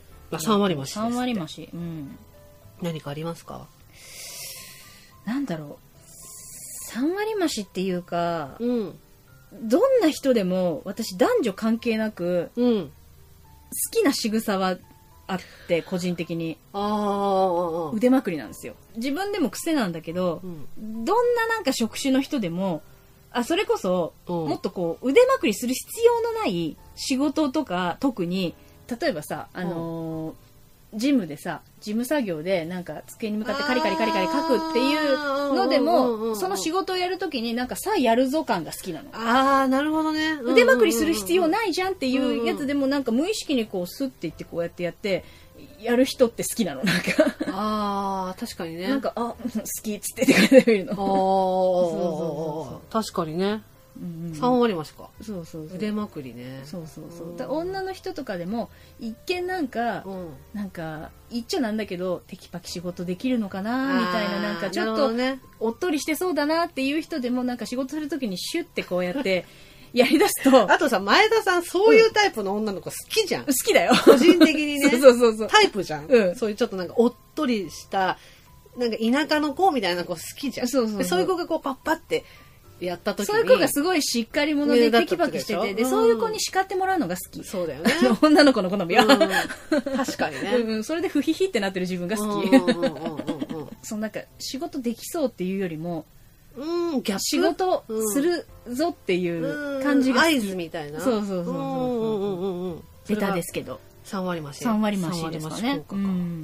まあ、さんわり増しです。 さんわり増し。うん。 何かありますか？ なんだろう。さんわり増しっていうか、 うん、 どんな人でも私男女関係なく、うん、好きな仕草はあって、個人的にあ腕まくりなんですよ。自分でも癖なんだけど、うん、どんななんか職種の人でもあそれこそ、うん、もっとこう腕まくりする必要のない仕事とか、特に例えばさ、あのーうん、ジムでさ、事務作業でなんか机に向かってカリカリカリカリ書くっていうのでも、その仕事をやるときになんかさあやるぞ感が好きなの。 ああ、なるほどね。 腕まくりする必要ないじゃんっていうやつでもなんか無意識にこうスッていってこうやってやってやる人って好きなの、なんか。 ああ、確かにね。 なんか、あ、好きっつってって感じで見るの。ああ、 そうそうそう。確かにね。うんうん、さんわり増しか。 そうそうそう。 腕まくりね。 そうそうそう。だ女の人とかでも一見なんか、うん、なんか言っちゃなんだけどテキパキ仕事できるのかなみたいな、なんかちょっと、ね、おっとりしてそうだなっていう人でもなんか仕事するときにシュッてこうやってやり出すと。 あとさ、前田さんそういうタイプの女の子好きじゃん。 好きだよ。 個人的にね。 そうそうそうそう。 タイプじゃん。うん。そういうちょっとなんかおっとりしたなんか田舎の子みたいな子好きじゃん。そうそうそう。そういう子がこうパッパってやった時に、 そういう子がすごいしっかり者でテキパキしてて、で、そういう子に叱ってもらうのが好き。 そうだよね。 女の子の好みは、うん。 確かにね。 うん、それでフヒヒってなってる自分が好き。そのなんか仕事できそうっていうよりも、 うん、ギャップ仕事するぞっていう感じが、 合図みたいな。 そうそうそうそうそう。ベタですけど。 さん割増し。 さん割増しですかね。 うん、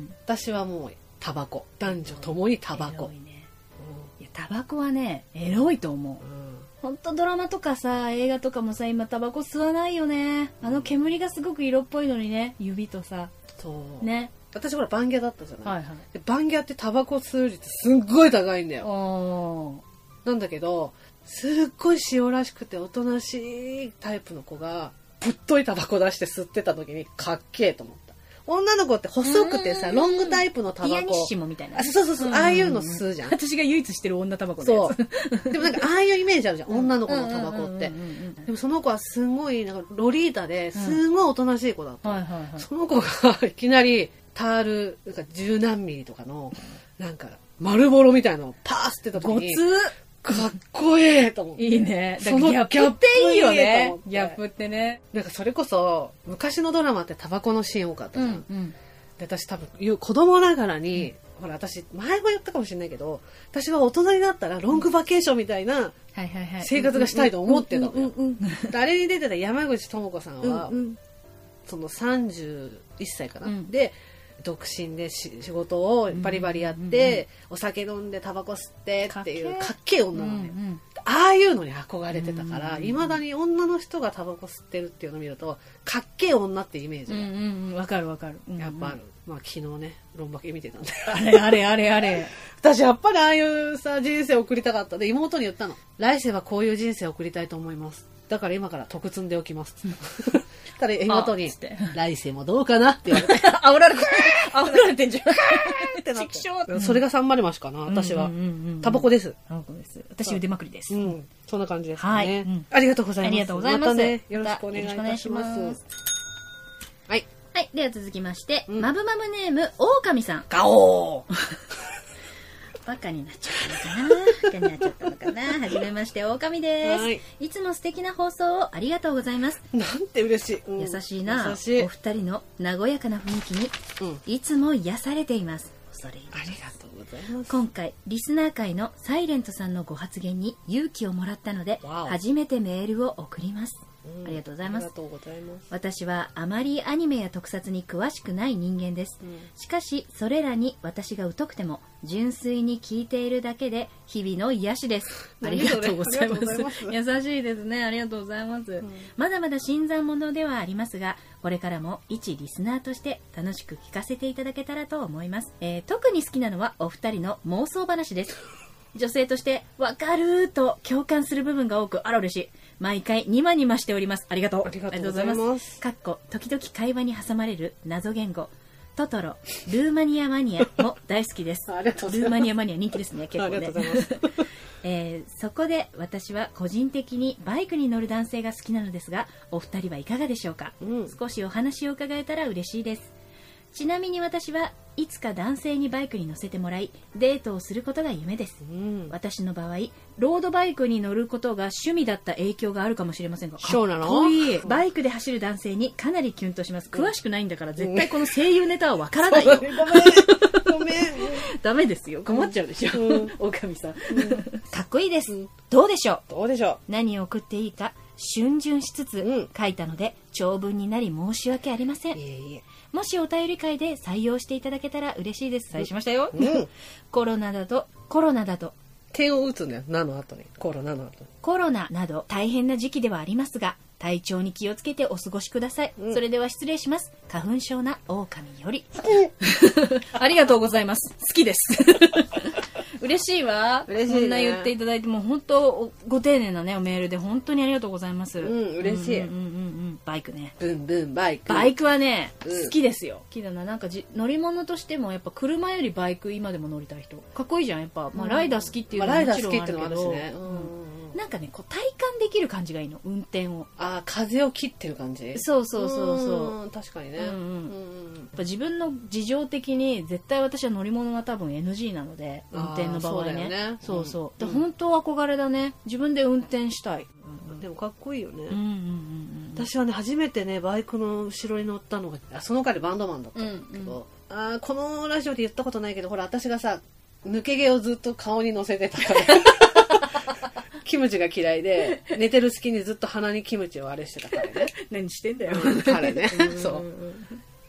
私はもうタバコ。男女ともにタバコ。 いやタバコはねエロいと思う。ほんとドラマとかさ映画とかもさ今タバコ吸わないよね。あの煙がすごく色っぽいのにね指とさ。 そうね。 私ほらバンギャだったじゃない。 はいはい、 でバンギャってタバコ吸う率すっごい高いんだよ。なんだけどすっごい塩らしくておとなしいタイプの子がぶっといタバコ出して吸ってた時にかっけえと思った。女の子って細くてさロングタイプのタバコ。 ピアニッシモみたいな。 あ、そうそうそう、ああいうの吸うじゃん。 私が唯一知ってる女タバコのやつ。 そう。でもなんかああいうイメージあるじゃん、女の子のタバコって。でもその子はすごいなんかロリータですごいおとなしい子だった。その子がいきなりタールなんか十何ミリとかのなんか丸ボロみたいなのをパースってた時に。 ごつかっこええと思って。 いいね。だからギャップっていいよね。ギャップってね。 なんかそれこそ昔のドラマってタバコのシーン多かったじゃん。うんうん、で私多分子供ながらに、うん、ほら私前も言ったかもしれないけど私は大人になったらロングバケーションみたいな生活がしたいと思ってたのよ。あれに出てた山口智子さんは、うんうん、そのさんじゅういっさいかな、うん、で独身で仕事をバリバリやって、うんうんうん、お酒飲んでタバコ吸ってっていうかっけえ女なのよ、うんうん、ああいうのに憧れてたからいま、うんうん、だに女の人がタバコ吸ってるっていうのを見るとかっけえ女ってイメージが、うんうんうん、わかるわかる、 やっぱある、まあ昨日ねロンバケ見てたんであれあれあれあれ私やっぱりああいうさ人生を送りたかったで妹に言ったの。来世はこういう人生を送りたいと思います。だから今から得積んでおきますただ妹に来世もどうかなって言われて煽られて煽られてんじゃんってなってそれがさん割増しかな私は。タバコです。 タバコです。私腕まくりです、 うん、そんな感じですね、 はい、うん、 ありがとうございます。 ありがとうございます。 またねよろしくお願いいたします。はいはい、では続きまして、うん、マブマブネームオオカミさん。 ガオーバカになっちゃったのかなバカになっちゃったのかなはじめまして、オオカミです。はい。いつも素敵な放送をありがとうございます。 なんて嬉しい。うん、 優しいな。優しい。お二人の和やかな雰囲気に、うん、いつも癒されています。恐れ入ります。 ありがとうございます。 今回、リスナー会のサイレントさんのご発言に勇気をもらったので、初めてメールを送ります。うん、ありがとうございます。 ありがとうございます。 私はあまりアニメや特撮に詳しくない人間です、うん、しかしそれらに私が疎くても純粋に聞いているだけで日々の癒しです。ありがとうございます。優しいですね。ありがとうございます、うん、まだまだ新参者ではありますがこれからも一リスナーとして楽しく聞かせていただけたらと思います、えー、特に好きなのはお二人の妄想話です。女性としてわかると共感する部分が多くあら嬉しい。毎回ニマニマしております。ありがとう。 ありがとうございます。 かっこ時々会話に挟まれる謎言語トトロ、ルーマニアマニアも大好きです。 ありがとうございます。 ルーマニアマニア人気ですね。結構ね。 ありがとうございます。 えー、そこで私は個人的にバイクに乗る男性が好きなのですが、お二人はいかがでしょうか、うん、少しお話を伺えたら嬉しいです。ちなみに私はいつか男性にバイクに乗せてもらいデートをすることが夢です、うん、私の場合ロードバイクに乗ることが趣味だった影響があるかもしれませんが、 そうなの？ かっこいい。バイクで走る男性にかなりキュンとします。詳しくないんだから絶対この声優ネタはわからないよ、うん、ごめんごめんダメですよ。困っちゃうでしょ、うん、狼さん、うん、かっこいいです、うん、どうでしょうどうでしょう。 何を送っていいか逡巡しつつ、うん、書いたので長文になり申し訳ありません。いえいえ、もしお便り会で採用していただけたら嬉しいです。採用しましたよ、うん、コロナだとコロナだと点を打つんだよ。なの後にコロナの後にコロナなど大変な時期ではありますが体調に気をつけてお過ごしください、うん、それでは失礼します。花粉症な狼よりありがとうございます。好きです嬉しいわ。 嬉しいね。 こんな言っていただいてもう本当ご丁寧なねメールで本当にありがとうございます。 うん嬉しい。 うんうんうんうん。バイクね。 ブンブンバイク。 バイクはね、うん、好きですよ。好きだな。なんかじ乗り物としてもやっぱ車よりバイク今でも乗りたい人かっこいいじゃんやっぱ。まあライダー好きっていうのはもちろんあるけど、まあ、ライダー好きっていうのもあるしね。うんなんかねこう体感できる感じがいいの運転を。 ああ風を切ってる感じ。 そうそうそうそう。 確かにね。うんうん。うんやっぱ自分の事情的に絶対私は乗り物は多分 エヌジー なので運転の場合ね。そうだよね。そうそう。うん、本当憧れだね。自分で運転したい。 うん、でもかっこいいよね。 うんうんうんうん。 私はね初めてねバイクの後ろに乗ったのがその彼バンドマンだったんだけど、うんうん、あこのラジオで言ったことないけどほら私がさ抜け毛をずっと顔に乗せてたから。 キムチが嫌いで、寝てる隙にずっと鼻にキムチをあれしてた彼ね。 何してんだよ。 彼ね。そう。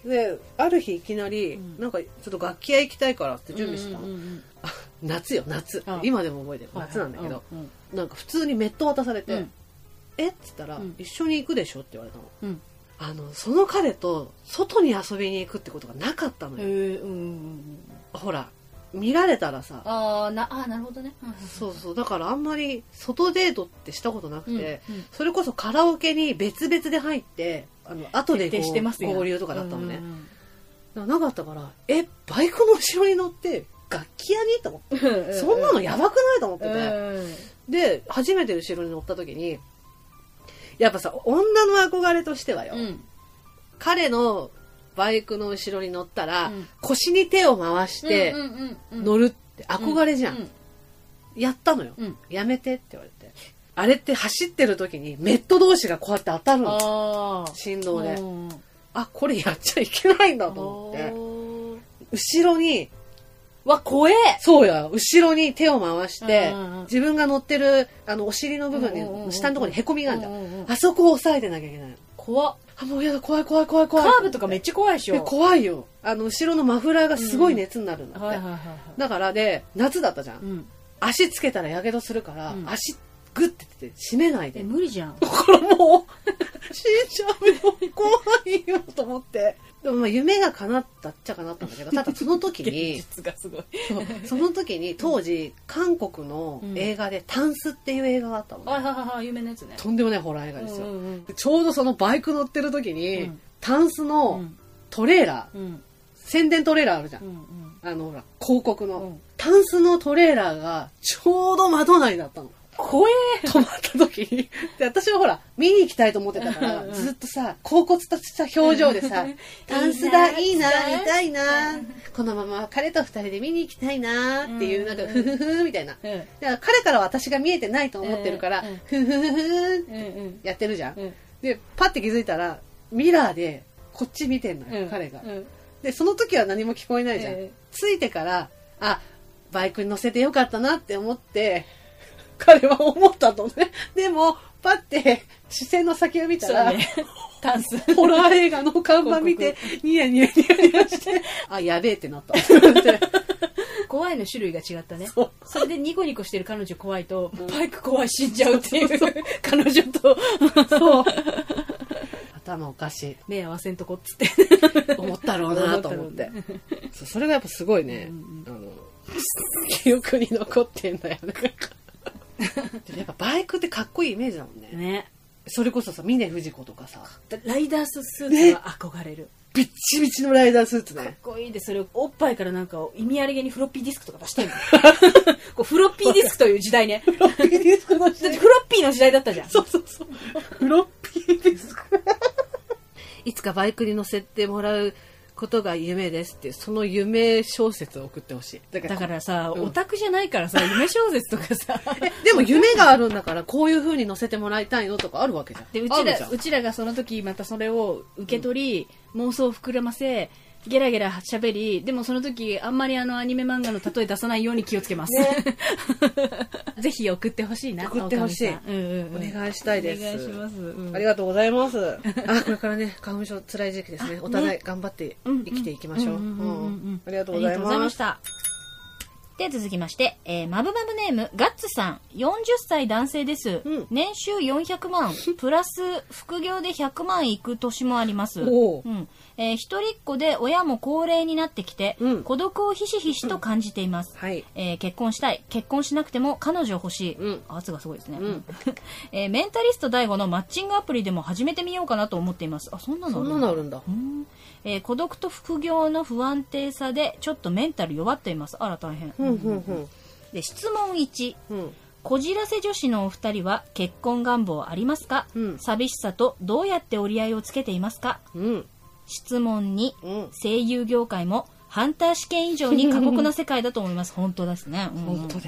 で、ある日いきなり、なんかちょっと楽器屋行きたいからって準備したの。夏よ、夏。今でも覚えてる。夏なんだけど、なんか普通にメット渡されて、えっつったら、一緒に行くでしょって言われたの。あの、その彼と外に遊びに行くってことがなかったのよ。ほら、見られたらさ。 あーな、あーなるほどね。 そうそう。だからあんまり外デートってしたことなくて、うんうん、それこそカラオケに別々で入って、あの、後でこう合流とかだったのね。なかったから、え、バイクの後ろに乗って楽器屋にと思って。そんなのやばくないと思ってて。で、初めて後ろに乗った時に、やっぱさ、女の憧れとしてはよ、うん、彼のバイクの後ろに乗ったら、うん、腰に手を回して乗るって憧れじゃん。うんうん、やったのよ、うん。やめてって言われて。あれって走ってる時にメット同士がこうやって当たるの。振動で。あ、これやっちゃいけないんだと思って。後ろに、 わ、怖え！ そうや、後ろに手を回して、自分が乗ってる、あの、お尻の部分に、下のところに凹みがあるじゃん。あそこを押さえてなきゃいけないの。 怖っ。 あ、もうやだ、怖い怖い怖い怖い。 カーブとかめっちゃ怖いでしょ。 怖いよ。あの、後ろのマフラーがすごい熱になるんだって。だからで、夏だったじゃん。うん、足つけたらやけどするから、うん、足グッてって締めないで。 え、無理じゃん。 だからもう、死んじゃうよ。怖いよ、と思って。でもまあ夢が叶ったっちゃ叶ったんだけど、ただその時に、 現実がすごい。 そ, その時に当時、韓国の映画でタンスっていう映画があったのね。 はいはいはい、有名なやつね。 とんでもないホラー映画ですよ。うんうんうん、ちょうどそのバイク乗ってる時に、うん、タンスのトレーラー、うん、宣伝トレーラーあるじゃん。うんうん、あのほら、広告の、うん。タンスのトレーラーがちょうど窓内だったの。 怖え止まった時に。で、私はほら、見に行きたいと思ってたから、ずっとさ、恍惚とした表情でさ、タンスだ、いいな、見たいな、このまま彼と二人で見に行きたいな、っていう、なんか、ふふふみたいな。だから彼からは私が見えてないと思ってるから、ふふふふやってるじゃん。で、パッて気づいたら、ミラーで、こっち見てんのよ、彼が。で、その時は何も聞こえないじゃん。ついてから、あ、バイクに乗せてよかったなって思って、彼は思ったとね。でも、パッて視線の先を見たら、ね、 タンス。 ホラー映画の看板見て、ニヤニヤニヤニヤして、あ、やべえってなった。 怖いの種類が違ったね。そ, それでニコニコしてる彼女怖いと、バイク怖い死んじゃうっていう彼女と。そう。 頭おかしい。 目合わせんとこっつって。 思ったろうなと思って。そ, それがやっぱすごいね、うんうん、あの記憶に残ってんだよね。やっぱバイクってかっこいいイメージだもんね。 ね。 それこそさ、峰不二子とかさ。 ライダーススーツは憧れる。 ビッチビチのライダースーツね。 かっこいいで、それをおっぱいからなんか意味ありげにフロッピーディスクとか出してんの。こうフロッピーディスクという時代ね。 フロッピーディスクの時代。 フロッピーの時代だったじゃん。 そうそうそう。フロッピーディスク。いつかバイクに乗せてもらうことが夢ですっていう、その夢小説を送ってほしい。 だから、だからさ、うん、オタクじゃないからさ、夢小説とかさ。 でも夢があるんだから、こういう風に載せてもらいたいのとかあるわけじゃん。 で、うちら、うちらがその時またそれを受け取り、うん、妄想を膨らませ、ゲラゲラ喋り、でもその時あんまりあのアニメ漫画の例え出さないように気をつけます。ね、ぜひ送ってほしいな。 送ってほしい、うんうんうん。お願いしたいです。 お願いします。うん、 ありがとうございます。あ、これからね、花粉症辛い時期ですね。お互い頑張って生きていきましょう。ありがとうございます。ありがとうございました。 で、続きまして、えー、マブマブネーム、ガッツさん、よんじゅっさい男性です。うん、年収よんひゃくまん、プラス副業でひゃくまんいく年もあります。うんえー、一人っ子で親も高齢になってきて、うん、孤独をひしひしと感じています、うんはいえー。結婚したい。結婚しなくても彼女欲しい。うん、圧がすごいですね。うんえー。メンタリスト大悟のマッチングアプリでも始めてみようかなと思っています。あ、そんなのあるんだ。 そんなのあるんだ。 うんえー、孤独と副業の不安定さでちょっとメンタル弱っています。あら大変。うんうんうん、で質問いち、うん、こじらせ女子のお二人は結婚願望ありますか、うん、寂しさとどうやって折り合いをつけていますか、うん、質問に、うん、声優業界もハンター試験以上に過酷な世界だと思います。本当ですね、 うん、本当です。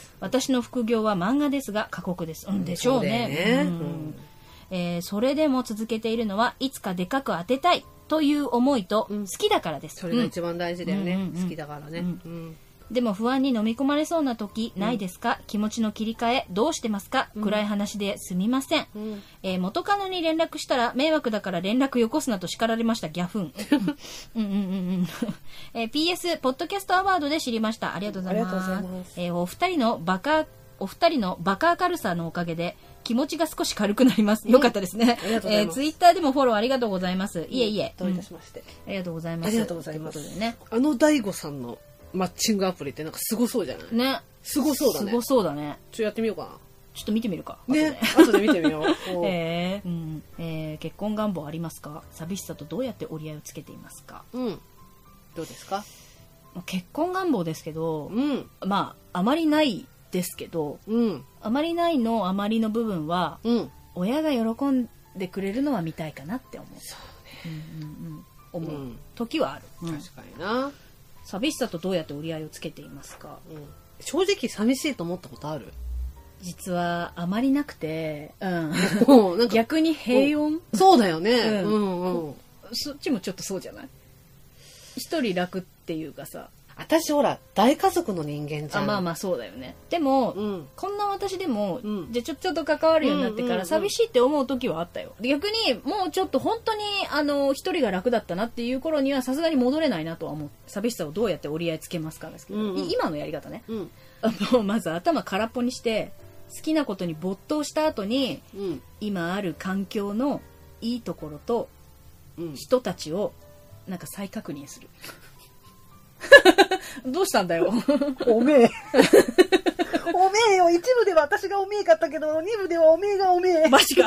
私の副業は漫画ですが過酷です、うん、でしょうね。そうだよね、うんえー、それでも続けているのはいつかでかく当てたいという思いと好きだからです。 それが一番大事だよね、うん、好きだからね、うんうんでも不安に飲み込まれそうな時ないですか、うん、気持ちの切り替えどうしてますか、うん、暗い話ですみません、うんえー、元カノに連絡したら迷惑だから連絡よこすなと叱られました。ギャフンうんうんうんうん、えー、ピーエス ポッドキャストアワードで知りました。ありがとうございます。えー、お二人のバカお二人のバカ明るさのおかげで気持ちが少し軽くなります。よかったですね。えー、ツイッターでもフォローありがとうございます。いえいえ。 どういたしまして、 うん。ありがとうございます。 ありがとうございます。ということでね、あの大悟さんのマッチングアプリってなんかすごそうじゃない？ ね。 すごそうだね。 すごそうだね。 ちょっとやってみようかな。 ちょっと見てみるか。 ね。後で見てみよう。 えー、うん。えー、結婚願望ありますか？寂しさとどうやって折り合いをつけていますか？ うん。どうですか？ 結婚願望ですけど、 うん。 まああまりないですけど、 うん。 あまりないのあまりの部分は、 うん。 親が喜んでくれるのは見たいかなって思う。 そうね。 うんうんうん。思う、うん、時はある、 うん、確かにな。 寂しさとどうやって折り合いをつけていますか？ うん、正直寂しいと思ったことある？ 実はあまりなくて、うん、なんか逆に平穏、 うん、そうだよね、 うんうんうん、そっちもちょっとそうじゃない？一人楽っていうかさ、 私ほら大家族の人間じゃん。 あ、まあまあそうだよね。でも、うん、こんな私でも、うん、じゃあちょちょっと関わるようになってから、うんうんうん、寂しいって思う時はあったよ。逆にもうちょっと本当にあの一人が楽だったなっていう頃にはさすがに戻れないなとは思う。寂しさをどうやって折り合いつけますかですけど、うんうん、今のやり方ね、うん、あのまず頭空っぽにして好きなことに没頭した後に、うん、今ある環境のいいところと、うん、人たちをなんか再確認する。どうしたんだよ。 おめえ。おめえよ。一部では私がおめえかったけど、二部ではおめえがおめえ。 マジか。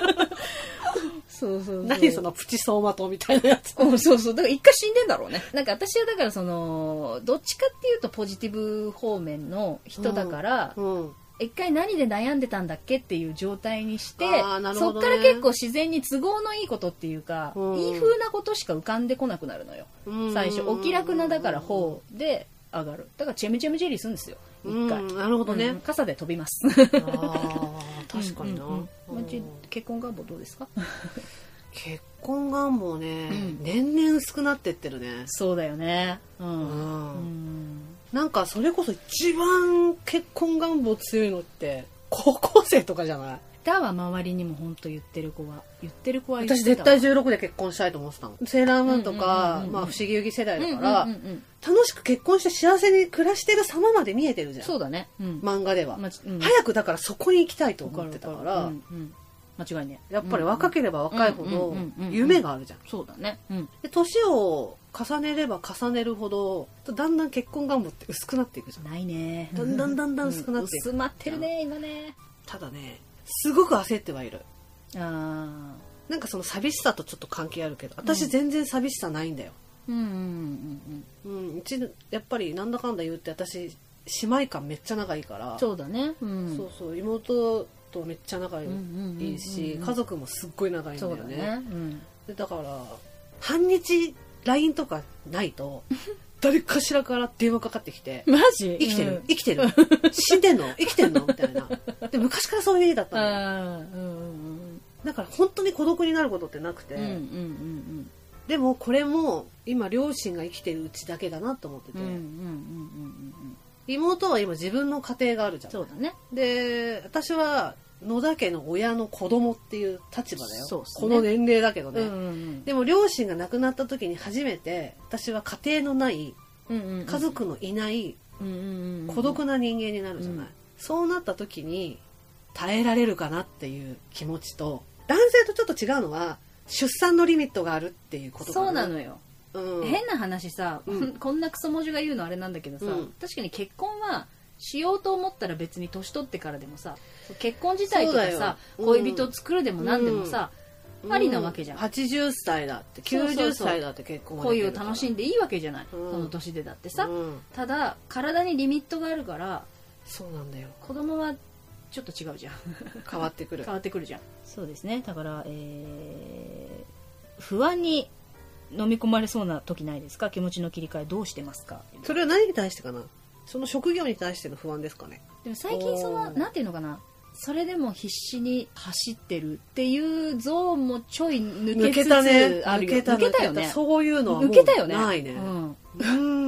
そうそうそう。 何そのプチ走馬灯みたいなやつ。 そうそうそう。だから一回死んでんだろうね。なんか私はだからその、どっちかっていうとポジティブ方面の人だから、うんうん、一回何で悩んでたんだっけっていう状態にして、ね、そっから結構自然に都合のいいことっていうか、うん、いい風なことしか浮かんでこなくなるのよ。最初お気楽なだから方で上がる。だからチェムチェムジェリーするんですよ。一回。 なるほどね、 うん。傘で飛びます。 あ確かにな。うんうんうん、結婚願望どうですか？ 結婚願望ね、うん、年々薄くなってってるね。 そうだよね。うん。 うんうんなんかそれこそ一番結婚願望強いのって高校生とかじゃない？ だは周りにも本当言ってる子は言ってる子は言ってた。私絶対じゅうろくで結婚したいと思ってたの。セーラームーンとか、まあ不思議遊戯世代だから、うんうんうんうん、楽しく結婚して幸せに暮らしてる様まで見えてるじゃん。 そうだね。うん、 漫画では、 まうん、 早くだからそこに行きたいと思ってたから。うんうん間違いね。 やっぱり若ければ若いほど夢があるじゃん。 そうだね。うん、 で年を重ねれば重ねるほどだんだん結婚願望って薄くなっていくじゃん。 ないね。 だんだんだんだん薄くなっていく、 うん、薄まってるね今ね。 ただねすごく焦ってはいる。 あなんかその寂しさとちょっと関係あるけど私全然寂しさないんだよ。 うんうんうんうん。 うん、うちやっぱりなんだかんだ言って私姉妹感めっちゃ仲いいから。 そうだね。うん、 そうそう妹とめっちゃ仲いいし家族もすっごい仲いいんだよね。 そうだね、うん、 でだから半日 ライン とかないと誰かしらから電話かかってきてマジ生きてる、うん、生きてる死んでんの生きてんのみたいな。で昔からそういう家だったの、うんうん、だから本当に孤独になることってなくて、うんうんうんうん、でもこれも今両親が生きてるうちだけだなと思ってて、うんうんうんうん、妹は今自分の家庭があるじゃん。 そうだね。 で私は野田家の親の子供っていう立場だよ。 そうっすね、 この年齢だけどね、 うんうんうん、でも両親が亡くなった時に初めて私は家庭のない、うんうんうん、家族のいない孤独な人間になるじゃない、うん、そうなった時に耐えられるかなっていう気持ちと、男性とちょっと違うのは出産のリミットがあるっていうことかな。 そうなのよ、うん、変な話さ、 うん、 こんなクソ文字が言うのあれなんだけどさ、うん、確かに結婚はしようと思ったら別に年取ってからでもさ、結婚自体とかさ、うん、恋人を作るでも何でもさ、うん、ありなわけじゃん。 はちじゅっさいだってきゅうじゅっさいだって結婚ができるから恋を楽しんでいいわけじゃない、うん、その年でだってさ、うん、ただ体にリミットがあるから。 そうなんだよ。 子供はちょっと違うじゃん変わってくる変わってくるじゃん。そうですね。だから、えー、不安に飲み込まれそうな時ないですか？気持ちの切り替えどうしてますか？ それは何に対してかな？その職業に対しての不安ですかね。 でも最近そのなんていうのかな、それでも必死に走ってるっていうゾーンもちょい抜けつつあるよ。 抜けたね。抜けた、抜けたよね。そういうのはもう抜けたよね。 ないね。うん、うんな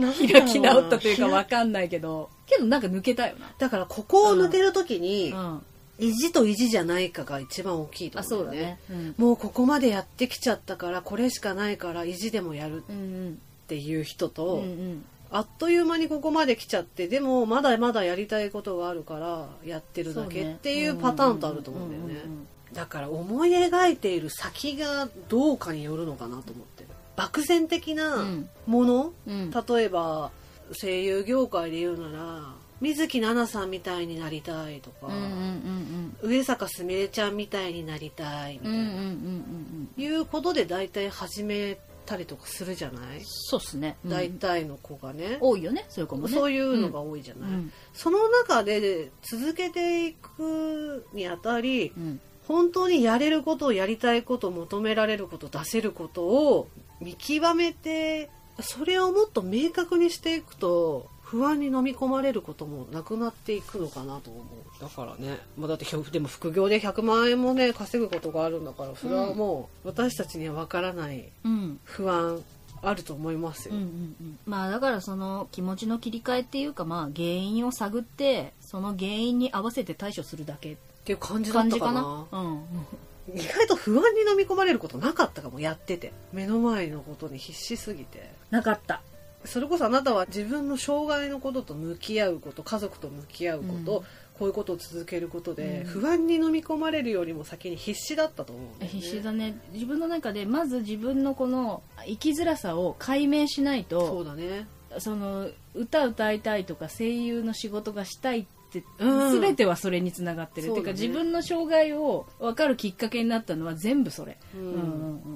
開き直ったというか分かんないけどけどなんか抜けたよな。 だからここを抜けるときに、うんうん、意地と意地じゃないかが一番大きいと思うんだよね。あ、そうだね、うん、もうここまでやってきちゃったからこれしかないから意地でもやるっていう人と、うんうん、あっという間にここまで来ちゃってでもまだまだやりたいことがあるからやってるだけっていうパターンとあると思うんだよね。だから思い描いている先がどうかによるのかなと思ってる。漠然的なもの、うん、例えば声優業界で言うなら水木奈々さんみたいになりたいとか、うんうんうんうん、上坂すみれちゃんみたいになりたいみたいな、うんうんうんうん、いうことで大体始めたりとかするじゃない。 そうっすね、 うん、大体の子がね多いよね、そういう子もね、 そういうのが多いじゃない、うん、その中で続けていくにあたり、うん、本当にやれることをやりたいこと求められること出せることを見極めてそれをもっと明確にしていくと不安に飲み込まれることもなくなっていくのかなと思う。だからね、まあ、だってでも副業でひゃくまんえんもね稼ぐことがあるんだからそれはもう私たちには分からない不安あると思いますよ、うんうんうん、 まあだからその気持ちの切り替えっていうかまあ原因を探ってその原因に合わせて対処するだけっていう感じだったかな。うん、意外と不安に飲み込まれることなかったかも。やってて目の前のことに必死すぎてなかった。 それこそあなたは自分の障害のことと向き合うこと家族と向き合うこと、うん、こういうことを続けることで、うん、不安に飲み込まれるよりも先に必死だったと思うんだよね。 必死だね。自分の中でまず自分のこの生きづらさを解明しないと。 そうだね。 その歌歌いたいとか声優の仕事がしたいって全てはそれにつながってる、うん、ていうか自分の障害を分かるきっかけになったのは全部それ、うんうんうん、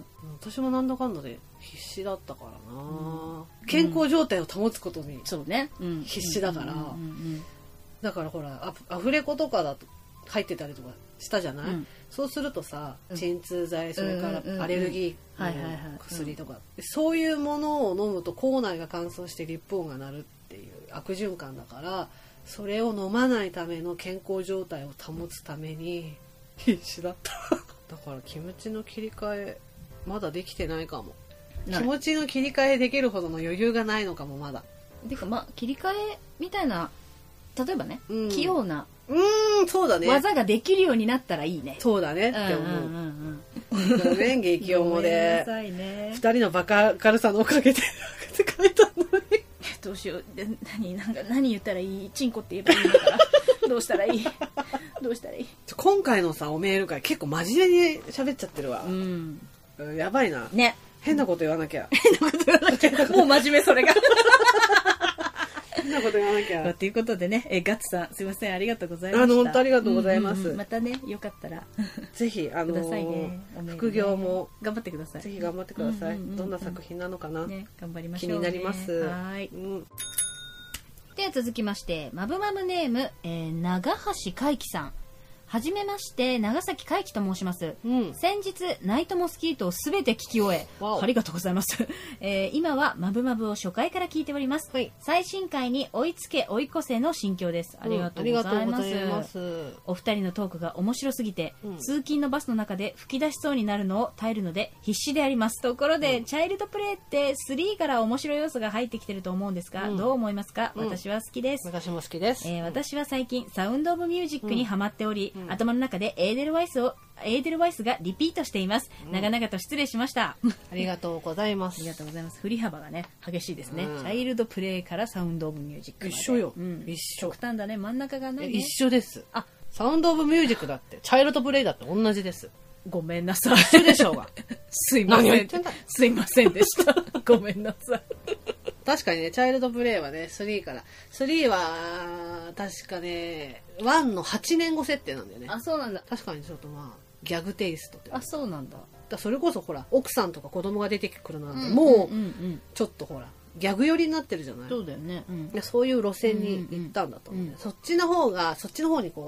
私もなんだかんだで必死だったからな、うん、健康状態を保つことに必死だからだからほらアフレコとかだと入ってたりとかしたじゃない、うん、そうするとさ鎮痛剤それからアレルギーの薬とかそういうものを飲むと口内が乾燥してリップ音が鳴るっていう悪循環だからそれを飲まないための健康状態を保つために必死だっただから気持ちの切り替えまだできてないかも。気持ちの切り替えできるほどの余裕がないのかもまだ。 てかまあ切り替えみたいな例えばね、うん、器用なうーんそうだね技ができるようになったらいいね。 そうだねって思う。うんうんうん、ごめん激重でふた、ね、りのバカ軽さのおかげで書いたのにどうしようで 何, なんか何言ったらいいチンコって言えばいいのかなどうしたらいいどうしたらいい。 今回のさおメール会結構真面目に喋っちゃってるわ、うん、やばいなね。 変なこと言わなきゃ変なこと言わなきゃもう真面目それが変なこと言わなきゃということでねえガッツさんすいませんありがとうございました。あの本当ありがとうございます、うんうんうん、 またねよかったらぜひあのーね、副業も頑張ってください。 ぜひ頑張ってください、うんうんうんうん、どんな作品なのかな、 ね、頑張りましょう、ね、 気になります。 はい、うん、では続きましてマブマブネーム、えー、長橋海輝さん。はじめまして長崎海輝と申します、うん、先日ナイトモスキートをすべて聞き終えありがとうございます、えー、今はマブマブを初回から聞いております、はい、最新回に追いつけ追い越せの心境です。ありがとうございます、うん、ますお二人のトークが面白すぎて、うん、通勤のバスの中で吹き出しそうになるのを耐えるので必死であります。ところで、うん、チャイルドプレイってスリーから面白い要素が入ってきてると思うんですが、うん、どう思いますか？私は好きです、 うん、私も好きです、 えー、私は最近サウンドオブミュージックにハマっており、うん頭の中でエーデルワイスをエーデルワイスがリピートしています、うん、長々と失礼しました。 ありがとうございますありがとうございます。振り幅がね激しいですね、うん、チャイルドプレイからサウンドオブミュージックまで一緒よ、 うん、 一緒極端だね。真ん中がない、ね、 一緒です。あサウンドオブミュージックだってチャイルドプレイだって同じです。 ごめんなさい。 一緒でしょうがすいませんすいませんでしたごめんなさい。 確かにねチャイルドプレイはねスリーからスリーは確かねワンのはちねんご設定なんだよね。 あそうなんだ。 確かにちょっとまあギャグテイストってあそうなんだ。 だそれこそほら奥さんとか子供が出てくるなんて、うん、もうちょっとほらギャグ寄りになってるじゃない。 そうだよね、うん、 そういう路線に行ったんだと思う、うんうん、そっちの方がそっちの方にこう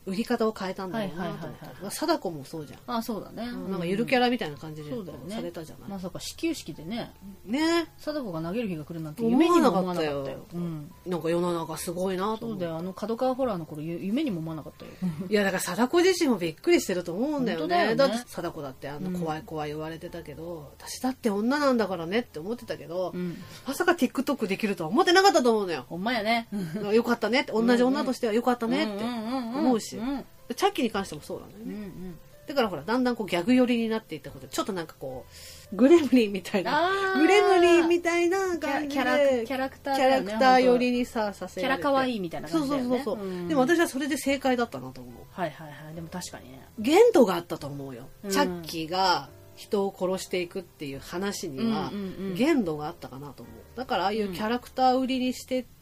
売り方を変えたんだろうなと思って。貞子もそうじゃん。 あ、そうだね。 なんかゆるキャラみたいな感じでされたじゃない。 まさか始球式でね。 ね。 貞子が投げる日が来るなんて夢にも思わなかったよ。 なんか世の中すごいなと思って。 そうだよ。あの角川ホラーの頃夢にも思わなかったよ。 いやだから貞子自身もびっくりしてると思うんだよね。だって貞子だってあの怖い怖い言われてたけど、私だって女なんだからねって思ってたけど、まさか TikTok できるとは思ってなかったと思うのよ。 ほんまやね。 よかったねって、同じ女としてはよかったねって思うし。チャッキーに関してもそうだね、うんうん、だからほらだんだんこうギャグ寄りになっていったことでちょっとなんかこうグレムリンみたいなグレムリンみたいな感じでキャラクター、 ね、キャラクター寄りにささせられてキャラ可愛いみたいな感じだよね。 そうそうそうそう、うん、でも私はそれで正解だったなと思う。 はいはいはい。でも確かにね限度があったと思うよ、うん、チャッキーが人を殺していくっていう話には限度があったかなと思う。だからああいうキャラクター売りにしてって、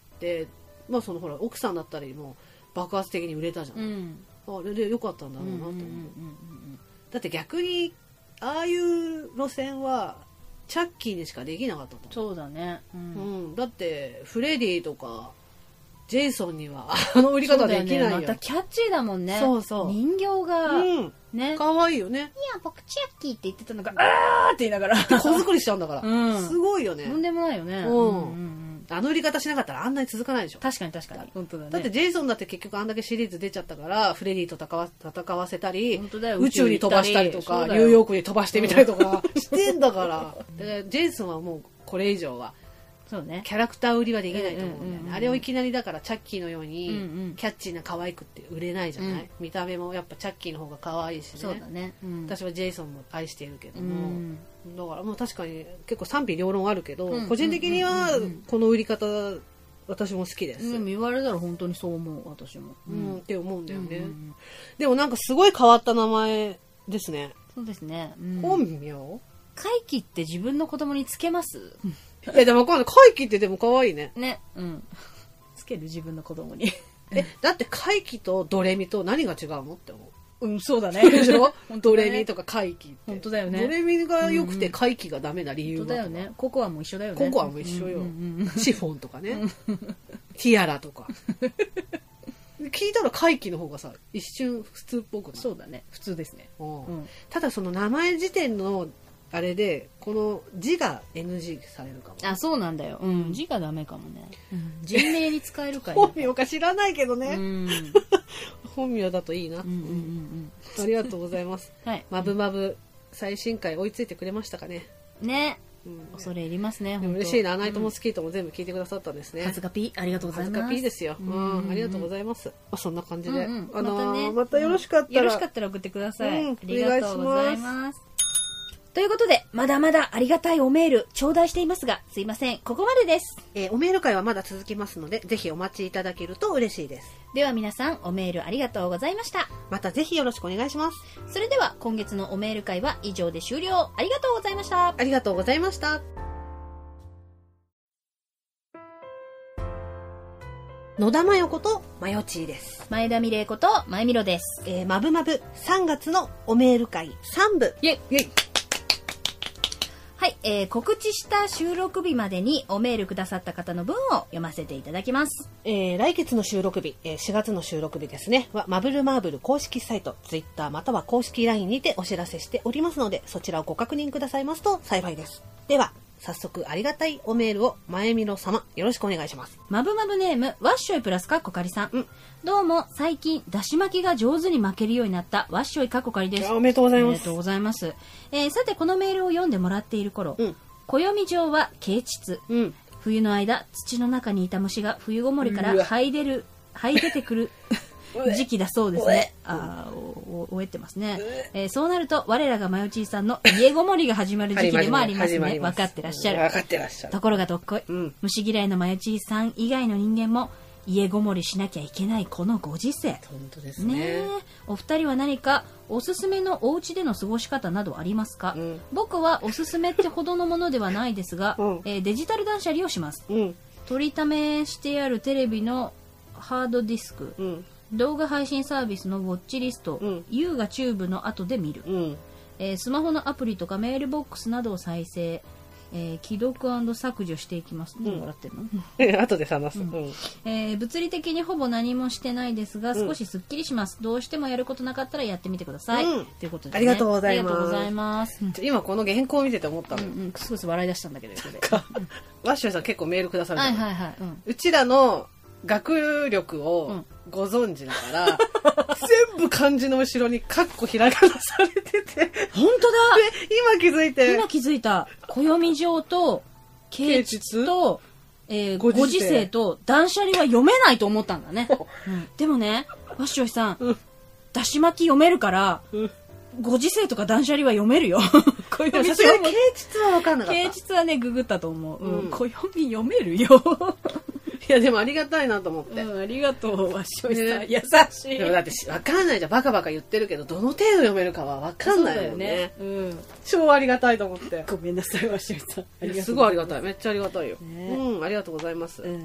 まあそのほら奥さんだったりも爆発的に売れたじゃない、うん、あれで良かったんだろうなと思う。だって逆にああいう路線はチャッキーにしかできなかったと思う。そうだね、 うんうん、だってフレディとかジェイソンにはあの売り方できないよ。 ね、またキャッチーだもんね。 そうそう人形が、うん、 ね可愛いよね。いや僕チャッキーって言ってたのがあーって言いながら子作りしちゃうんだから、うん、すごいよね。 とんでもないよね、うんうんうん、あの売り方しなかったらあんなに続かないでしょ。 確かに確かに本当だね。 だってジェイソンだって結局あんだけシリーズ出ちゃったからフレディと戦わ、戦わせたり宇宙に飛ばしたりとかニューヨークに飛ばしてみたりとかしてんだからでジェイソンはもうこれ以上はそうね、 キャラクター売りはできないと思うんだよね、うんうんうんうん、あれをいきなりだからチャッキーのようにキャッチーな可愛くって売れないじゃない、うん、見た目もやっぱチャッキーの方が可愛いしね。 そうだね、うん、 私はジェイソンも愛しているけども、うん、だからもう確かに結構賛否両論あるけど、うん、個人的にはこの売り方私も好きです、 うん、言われたら本当にそう思う私も、 うん、って思うんだよね、うんうん、でもなんかすごい変わった名前ですね。 そうですね、うん、 本名怪奇って自分の子供につけますいやでもわかんない。怪奇ってでも可愛いね。 ね。うん。つける自分の子供に。 え、だって怪奇とドレミと何が違うのって思う。うん、そうだね。 でしょドレミとか怪奇って。 本当だよね。 ドレミが良くて怪奇がダメな理由は。本当だよね。ココアも一緒だよね。 ココアも一緒よ。うんうんうん、シフォンとかね。ティアラとか。聞いたら怪奇の方がさ、一瞬普通っぽくない？ そうだね。普通ですね。 うん、ただその名前時点のあれでこの字が エヌジー されるかも。 あ、そうなんだよ、うん、字がダメかもね、うん、人名に使えるか本名か知らないけどね、うん、本名だといいな、うんうんうんうん、ありがとうございます、はい、まぶまぶ最新回追いついてくれましたかね。 ね、うん、恐れ入りますね。 嬉しいな。ナイトモスキートも全部聞いてくださったんですね。 はずかぴありがとうございます。 はずかぴですよ、うんうん、ありがとうございます。まあ、そんな感じで、うんうん、あのー、またね、またよろしかったら、 うん、よろしかったら送ってください、うん、ありがとうございます。ということで、まだまだありがたいおメール頂戴していますが、すいません、ここまでです。 えー、おメール会はまだ続きますので、ぜひお待ちいただけると嬉しいです。 では皆さん、おメールありがとうございました。 またぜひよろしくお願いします。 それでは、今月のおメール会は以上で終了。ありがとうございました。 ありがとうございました。野田真代子とまよちーです。 前田美玲子とまゆみろです。 えー、まぶまぶさんがつのおメール会さんぶ。 イェイイェイ。はい、えー、告知した収録日までにおメールくださった方の文を読ませていただきます。 えー、来月の収録日、えー、しがつの収録日ですねはマブルマーブル公式サイト、ツイッターまたは公式 ライン にてお知らせしておりますので、そちらをご確認くださいますと幸いです。では早速ありがたいおメールをまゆみろ様よろしくお願いします。 まぶまぶネームワッショイプラスカッコカリさん、うん、どうも最近だし巻きが上手に巻けるようになったワッショイカッコカリです。 おめでとうございます。 おめでとうございます。えー、さてこのメールを読んでもらっている頃、うん、暦上は啓蟄、うん、冬の間土の中にいた虫が冬ごもりから這い出る這い出てくる時期だそうですね。ああ、終えてますね。えー、そうなると我らがまよちーさんの家ごもりが始まる時期でもありますね。分かってらっしゃる。 分かってらっしゃる。 ところがどっこい、うん、虫嫌いのまよちーさん以外の人間も家ごもりしなきゃいけないこのご時世。 本当ですね。ね、 お二人は何かおすすめのお家での過ごし方などありますか？うん、僕はおすすめってほどのものではないですが、うん、えー、デジタル断捨離をします。うん、取りためしてあるテレビのハードディスク、うん、動画配信サービスのウォッチリスト、うん、優雅チューブの後で見る、うん、えー、スマホのアプリとかメールボックスなどを再生、 えー、既読&削除していきます。何笑ってんの？ 後で話す、うんうんえー。物理的にほぼ何もしてないですが、少しすっきりします。どうしてもやることなかったらやってみてください。 うん、 ということで、ね、 ありがとうございます。 ありがとうございます。 今この原稿を見てて思ったの。 うんうん、少し笑い出したんだけど。 ワッショイさん結構メールくださるじゃん。 はいはいはい。うん、 うちらの学力をご存知だから、うん、全部漢字の後ろにカッコひらがなされてて。 本当だ。 今気づいて。 今気づいた。暦上と啓蟄と、えー、ご時世と断捨離は読めないと思ったんだね。うん、でもね、ワッショイさん、うん、だし巻き読めるから、うん、ご時世とか断捨離は読めるよ。 暦上もさすがに啓蟄は分かんなかった。 啓蟄はねググったと思う。うん、暦読めるよ。 いやでもありがたいなと思って、 うん、ありがとうわっしょいさん、ね、優しい。 でもだって分かんないじゃん、バカバカ言ってるけどどの程度読めるかは分かんないよね。うん、超ありがたいと思って。 ごめんなさいわっしょいさん、 すごいありがたい、めっちゃありがたいよ、ね、うんありがとうございます。うんうんうん、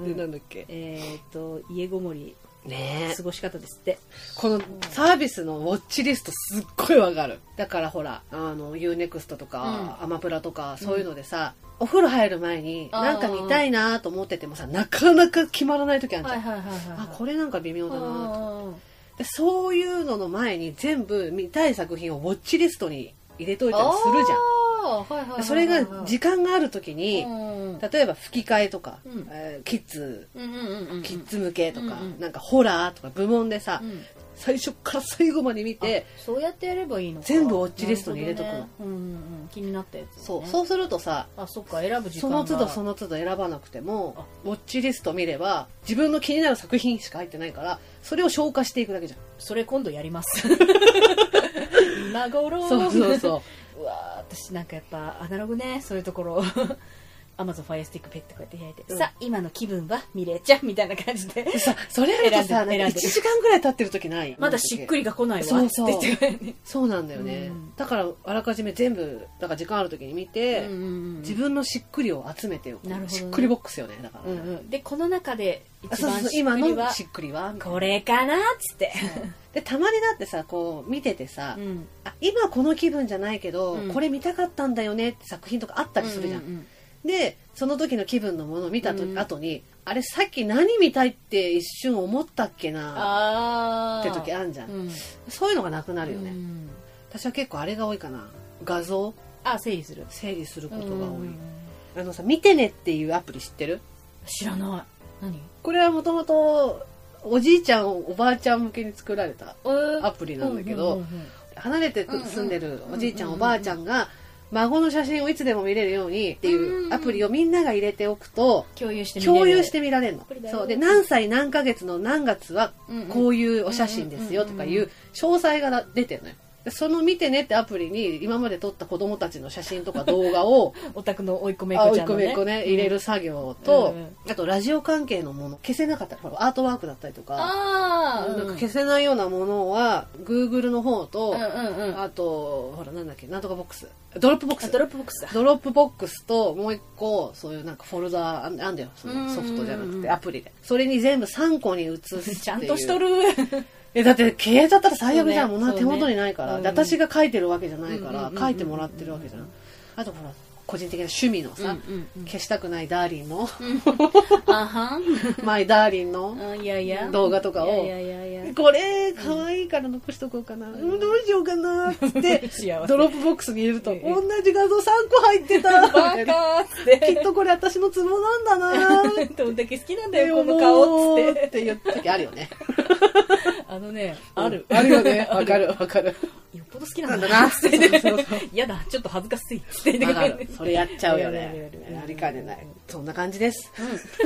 でなんだっけ、 えー、っと家ごもりね過ごし方ですって。 このサービスのウォッチリストすっごいわかる。だからほらあの ユーネクスト とか、うん、アマプラとかそういうのでさ、うん、お風呂入る前になんか見たいなと思っててもさなかなか決まらない時あるじゃん。あこれなんか微妙だなと。でそういうのの前に全部見たい作品をウォッチリストに入れといたりするじゃん。それが時間がある時に、例えば吹き替えとか、うん、えー、キッズ、キッズ向けとか、うんうん、なんかホラーとか部門でさ、うん、最初から最後まで見て、 そうやってやればいいのか。 全部ウォッチリストに入れとくの、ね、 うんうん、気になったやつ、ね、 そうそうするとさ、 あそっか選ぶ時間がその都度その都度選ばなくてもウォッチリスト見れば自分の気になる作品しか入ってないからそれを消化していくだけじゃん。 それ今度やります今頃そうそうそううわ私なんかやっぱアナログね、そういうところAmazon Fire Stick ペッてこうやって開いて、うん、さあ今の気分はミレイちゃんみたいな感じでさそれあるとさいちじかんぐらい経ってる時ない？ まだしっくりが来ないわそうそうそうなんだよね、うん、だからあらかじめ全部だから時間ある時に見て、うんうんうん、自分のしっくりを集めておく。なるほど、ね、しっくりボックスよね。だから、 うんうん、でこの中で一番しっくりは今のしっくりはこれかなっつってでたまにだってさこう見ててさ、うん、あ今この気分じゃないけど、うん、これ見たかったんだよねって作品とかあったりするじゃん、うんうんうん、でその時の気分のものを見たと、うん、後にあれさっき何見たいって一瞬思ったっけなって時あんじゃん、うん、そういうのがなくなるよね、うん、私は結構あれが多いかな。画像あ整理する整理することが多い、うん、あのさ見てねっていうアプリ知ってる？ 知らない。何？ これはもともとおじいちゃんおばあちゃん向けに作られたアプリなんだけど、離れて住んでるおじいちゃんおばあちゃんが孫の写真をいつでも見れるようにっていうアプリをみんなが入れておくと共有して見れる、共有して見られるの。そうで何歳何ヶ月の何月はこういうお写真ですよとかいう詳細が出てるのよ。その見てねってアプリに今まで撮った子供たちの写真とか動画をお宅のおいっ子めいこちゃんのね、 おいっ子めいこね、入れる作業と、うんうん、あとラジオ関係のもの消せなかったらアートワークだったりとか、あ、なんか消せないようなものは Google の方と、うんうんうん、あとほらなんだっけなんとかボックスドロップボックスドロップボックスだドロップボックスともう一個そういうなんかフォルダあんだよ、そのソフトじゃなくてアプリでそれに全部さんこに移すちゃんとしとるえだって消えちゃったら最悪じゃん、もうな手元にないから、ね、で私が書いてるわけじゃないから、うん、書いてもらってるわけじゃん。あとほら個人的な趣味のさ、うんうんうん、消したくないダーリンの、 うん、あはんマイダーリンの動画とかをいやいやいやいやこれ可愛いから残しとこうかな、うん、どうしようかなってドロップボックスに入れると同じ画像さんこ入ってたバカってきっとこれ私のツボなんだなどんだけ好きなんだよこの顔っつってっていう時あるよねあのね、ある。 あるよね。わかるわかる。 よっぽど好きなんだなって。やだ、ちょっと恥ずかしいって言って。 それやっちゃうよね。やりかねない。そんな感じです。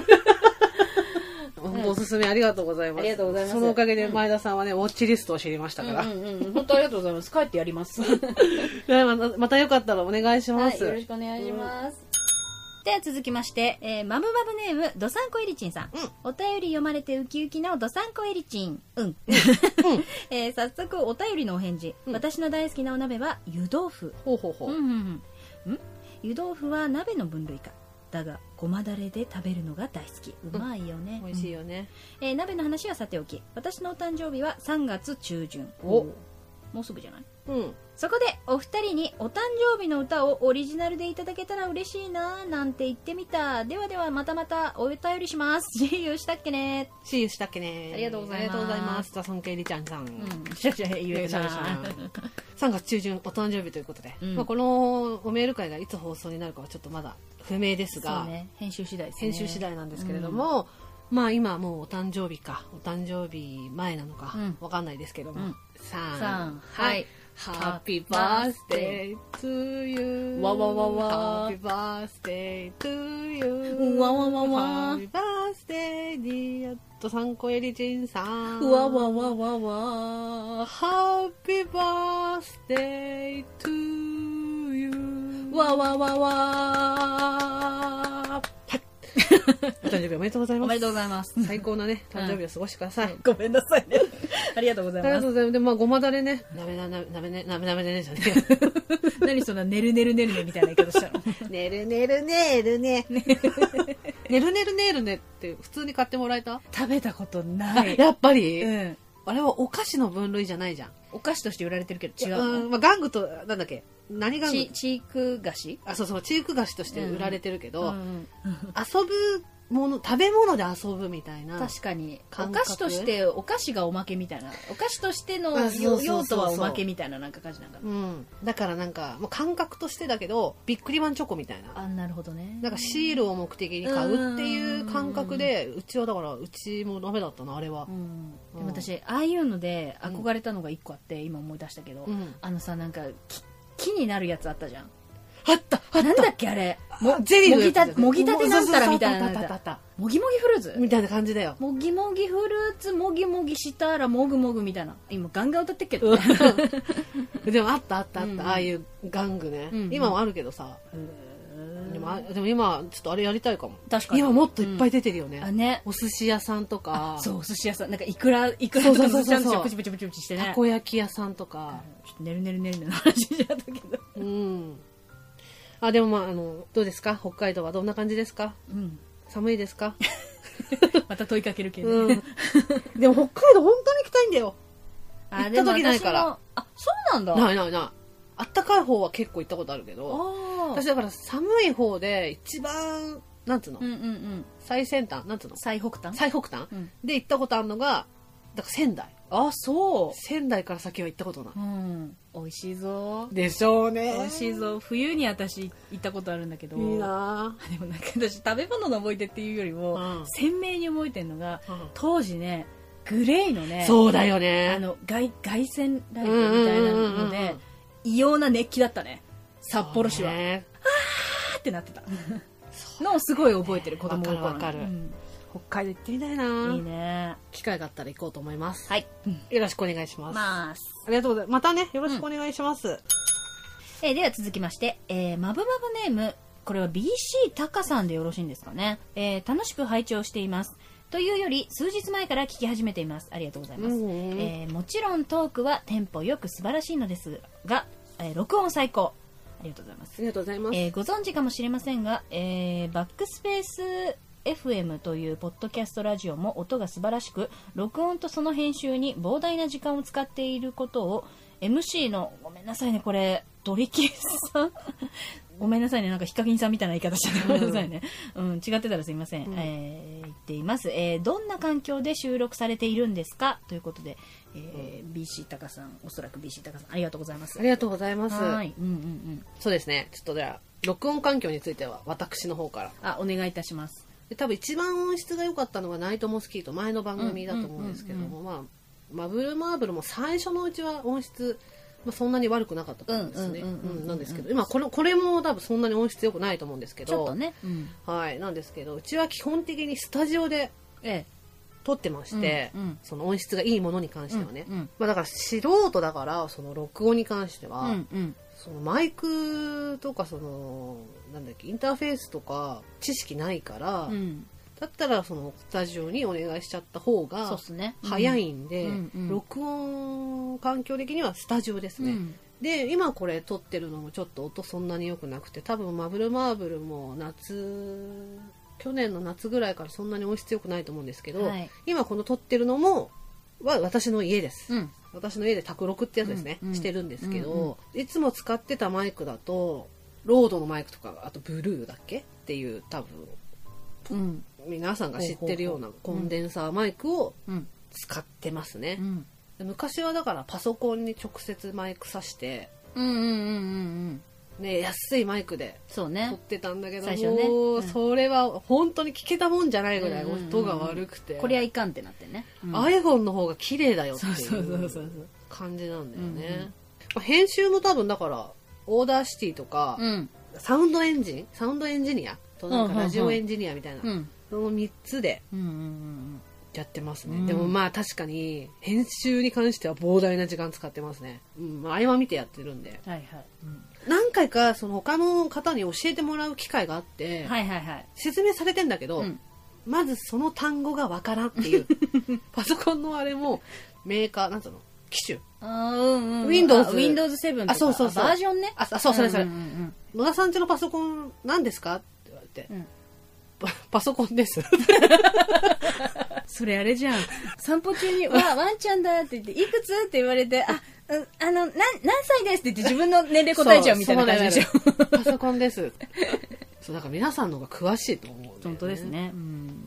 本当おすすめありがとうございます。 ありがとうございます。 そのおかげで前田さんはね、ウォッチリストを知りましたから。 本当ありがとうございます。帰ってやります。 またよかったらお願いします。 よろしくお願いします。では続きまして、えー、マブマブネームドサンコエリチンさん、うん、お便り読まれてウキウキのドサンコエリチン、うん、えー、早速お便りのお返事、うん、私の大好きなお鍋は湯豆腐。 ほうほうほう、うんうんうん、湯豆腐は鍋の分類か。だがごまだれで食べるのが大好き。うまいよね、 うん、美味しいよね、 うん、えー、鍋の話はさておき、私のお誕生日はさんがつ中旬。おもうすぐじゃない？ うん、 そこでお二人にお誕生日の歌をオリジナルでいただけたら嬉しいななんて言ってみた。ではではまたまたお便りします。See you したっけね。 See you したっけね。 ありがとうございます。 ありがとうございます。ザソンケイリちゃんさん、うん、 しゃしゃ言えたさんがつ中旬お誕生日ということで、うん、まあ、このおメール会がいつ放送になるかはちょっとまだ不明ですが、 そうね、編集次第ですね。 編集次第なんですけれども、うん、まあ今もうお誕生日かお誕生日前なのか、うん、わかんないですけども、うん、さん、はい、Happy birthday to you わわわわ Happy birthday to you わわわわ Happy birthday dear とさんこえりじんさんわわわわわ Happy birthday to you わわわわはいお誕生日おめでとうございます。 おめでとうございます。 最高なね、誕生日を過ごしてください。うん、 ごめんなさいね。ありがとうございます。 ありがとうございます。で、まあ、ごまだれね。なめな、なめね、なめなめね、じゃねえ。何そんな、ねるねるねるねみたいな言い方したの。 ねるねるねるね。ねるねるねるねって普通に買ってもらえた？ 食べたことない。 やっぱり、 うん、 あれはお菓子の分類じゃないじゃん。 お菓子として売られてるけど違う。 うん、まあ、玩具と、なんだっけ何玩具？ チーク菓子？ あ、そうそう、チーク菓子として売られてるけど、 うんうん、 遊ぶもの、食べ物で遊ぶみたいな。 確かに。お菓子として、お菓子がおまけみたいな。お菓子としての用途はおまけみたいななんか感じなんだ。 うん。だからなんか、もう感覚としてだけど、ビックリマンチョコみたいな。 あ、なるほどね。 なんかシールを目的に買うっていう感覚で、うちはだから、うちもダメだったな、あれは。 うん、でも私、ああいうので憧れたのが一個あって、今思い出したけど、うん、あのさ、なんか、木になるやつあったじゃん。 あったあった。 なんだっけあれ。 もゼリーのやつだよね。 もぎたてなんたらみたいな。 あったあったあった。 もぎもぎフルーツみたいな感じだよ。 もぎもぎフルーツ、もぎもぎしたらもぐもぐみたいな。今ガンガン歌ってっけどね。 でもあったあったあった。ああいう玩具ね。今もあるけどさ。でも、でも今ちょっとあれやりたいかも。 確かに。 今もっといっぱい出てるよね。 あね。 お寿司屋さんとか。 そう、お寿司屋さん。なんかいくら、いくらとかの寿司屋さんプチプチプチプチしてね。 たこ焼き屋さんとか。 ちょっとねるねるねるねの話しちゃったけど。 うん。あ、でもまあ、あの、どうですか北海道はどんな感じですか？うん。寒いですか？ また問いかけるけど、 うん、でも北海道本当に行きたいんだよ。行った時ないから。 あ、そうなんだ。 ないないない。あったかい方は結構行ったことあるけど、私だから寒い方で一番、なんつうの、うんうんうん、最先端なんつうの最北端最北端、うん、で行ったことあるのが、だから仙台。 あ、そう。 仙台から先は行ったことない。 うん。美味しいぞ。 でしょうね。 美味しいぞ。冬に私行ったことあるんだけど。 いいなでもなんか私食べ物の思い出っていうよりも、うん、鮮明に覚えてるのが、うん、当時ね、グレイのね。 そうだよね。 あの、凱、凱旋ライブみたいなので、異様な熱気だったね。札幌市は。ね、あーってなってた。のをすごい覚えてる、子供の頃。 わかるわかる。うん北海道行ってみたいな。 いいね。 機会があったら行こうと思います。 はい。 よろしくお願いします。 ます。 ありがとうございます。またね、よろしくお願いします。うん、 えー、では続きまして、えー、マブマブネーム、これは ビーシー タカさんでよろしいんですかね。えー、楽しく拝聴しています。というより、数日前から聞き始めています。ありがとうございます。うん、えー、もちろんトークはテンポよく素晴らしいのですが、えー、録音最高。ありがとうございます。 ありがとうございます。 えー、ご存知かもしれませんが、えー、バックスペースエフエム というポッドキャストラジオも音が素晴らしく、録音とその編集に膨大な時間を使っていることを エムシー のごめんなさいねこれドリキンさんごめんなさいねなんかヒカキンさんみたいな言い方してごめんなさいね、うん、違ってたらすいません、うん、えー、言っています、えー、どんな環境で収録されているんですかということで、えー、ビーシー タカさんおそらく ビーシー タカさんありがとうございます。 ありがとうございます。 はい、うんうんうん、 そうですね。ちょっとじゃあ録音環境については私の方からあお願いいたします。 で多分一番音質が良かったのがナイトモスキート前の番組だと思うんですけども、まあマブルマーブルも最初のうちは音質、まあ、そんなに悪くなかったと思うんですね。なんですけど今これこれも多分そんなに音質良くないと思うんですけどちょっとね、うん、 はいなんですけどうちは基本的にスタジオで、ええ、撮ってまして、うんうん、その音質がいいものに関してはね、うんうん、まあだから素人だからその録音に関しては、うんうん、そのマイクとかそのなんだっけインターフェースとか知識ないから、うん、だったらそのスタジオにお願いしちゃった方が早いんで、うんうんうん、録音環境的にはスタジオですね、うん、で今これ撮ってるのもちょっと音そんなに良くなくて多分マブルマーブルも夏去年の夏ぐらいからそんなに音質良くないと思うんですけど、はい、今この撮ってるのもは私の家です、うん、 私の家で卓録ってやつですね、 うんうん、 してるんですけど、 うんうん、 いつも使ってたマイクだとロードのマイクとか、あとブルーだっけっていう多分、うん、皆さんが知ってるようなコンデンサーマイクを使ってますね、うんうん、昔はだからパソコンに直接マイク挿して、うんうんうんうんね、安いマイクで撮ってたんだけど、ね、もう、うん、それは本当に聞けたもんじゃないぐらい音が悪くて、 これはいかんってなってね、 うん、iPhone の方が綺麗だよっていう感じなんだよね、うんうん、まあ、編集も多分だからオーダーシティとか、うん、サウンドエンジンサウンドエンジニアとなんかラジオエンジニアみたいな、うん、そのみっつでやってますね、うん、でもまあ確かに編集に関しては膨大な時間使ってますね、うん、まあ、合間見てやってるんで、はいはい、うん、何回かその他の方に教えてもらう機会があって、はいはいはい、説明されてんだけど、うん、まずその単語がわからんっていうパソコンのあれもメーカーなんつうの機種、あ、うんうん、Windows、 Windows セブンとか、あ、そうそうそう、バージョンね、 あ、そうそれそれ、うんうんうん、野田さんちのパソコン何ですかって言われて、うん、パ, パソコンですそれあれじゃん、散歩中にわワンちゃんだって言っていくつって言われて、あ、あの、な、何歳ですって言って自分の年齢答えちゃうみたいな感じでしょ。 パソコンです。そう、だから皆さんの方が詳しいと思う、ね。 本当ですね。うん。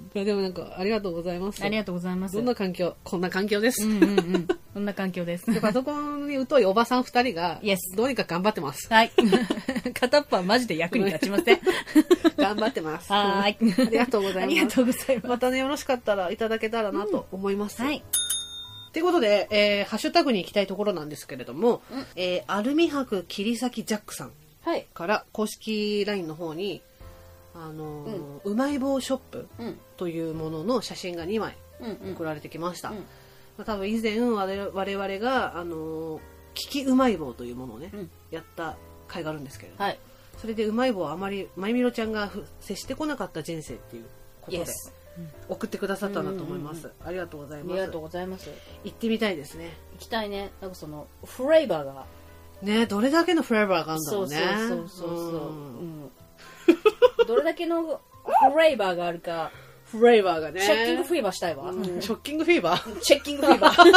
いや、でもなんか、ありがとうございます。 ありがとうございます。 どんな環境、こんな環境です。 うんうんうん。こんな環境です。 でパソコンに疎いおばさん二人が、どうにか頑張ってます。 はい。片っぽはマジで役に立ちません。 頑張ってます。 はい。 ありがとうございます。ありがとうございます。 またね、よろしかったらいただけたらなと思います。 うん、はい。 ということで、えー、ハッシュタグに行きたいところなんですけれども、うん、えー、アルミ箔切り裂きジャックさんから公式 ライン の方に、あのーうん、うまい棒ショップというものの写真がにまい送られてきました。うんうん、まあ、多分以前我々が、あのー、利きうまい棒というものをね、うん、やった回があるんですけれども、はい、それでうまい棒はあまりまゆみろちゃんが接してこなかった人生っていうことで、yes、送ってくださったんだと思います、うんうんうん、ありがとうございます。 ありがとうございます。 行ってみたいですね。 行きたいね。なんかそのフレーバーがね、どれだけのフレーバーがあるんだろうね。 そうそうそうそう、うんうんどれだけのフレーバーがあるか。 フレーバーがね。 ショッキングフィーバーしたいわ。 うん、ショッキングフィーバーチェッキングフィーバー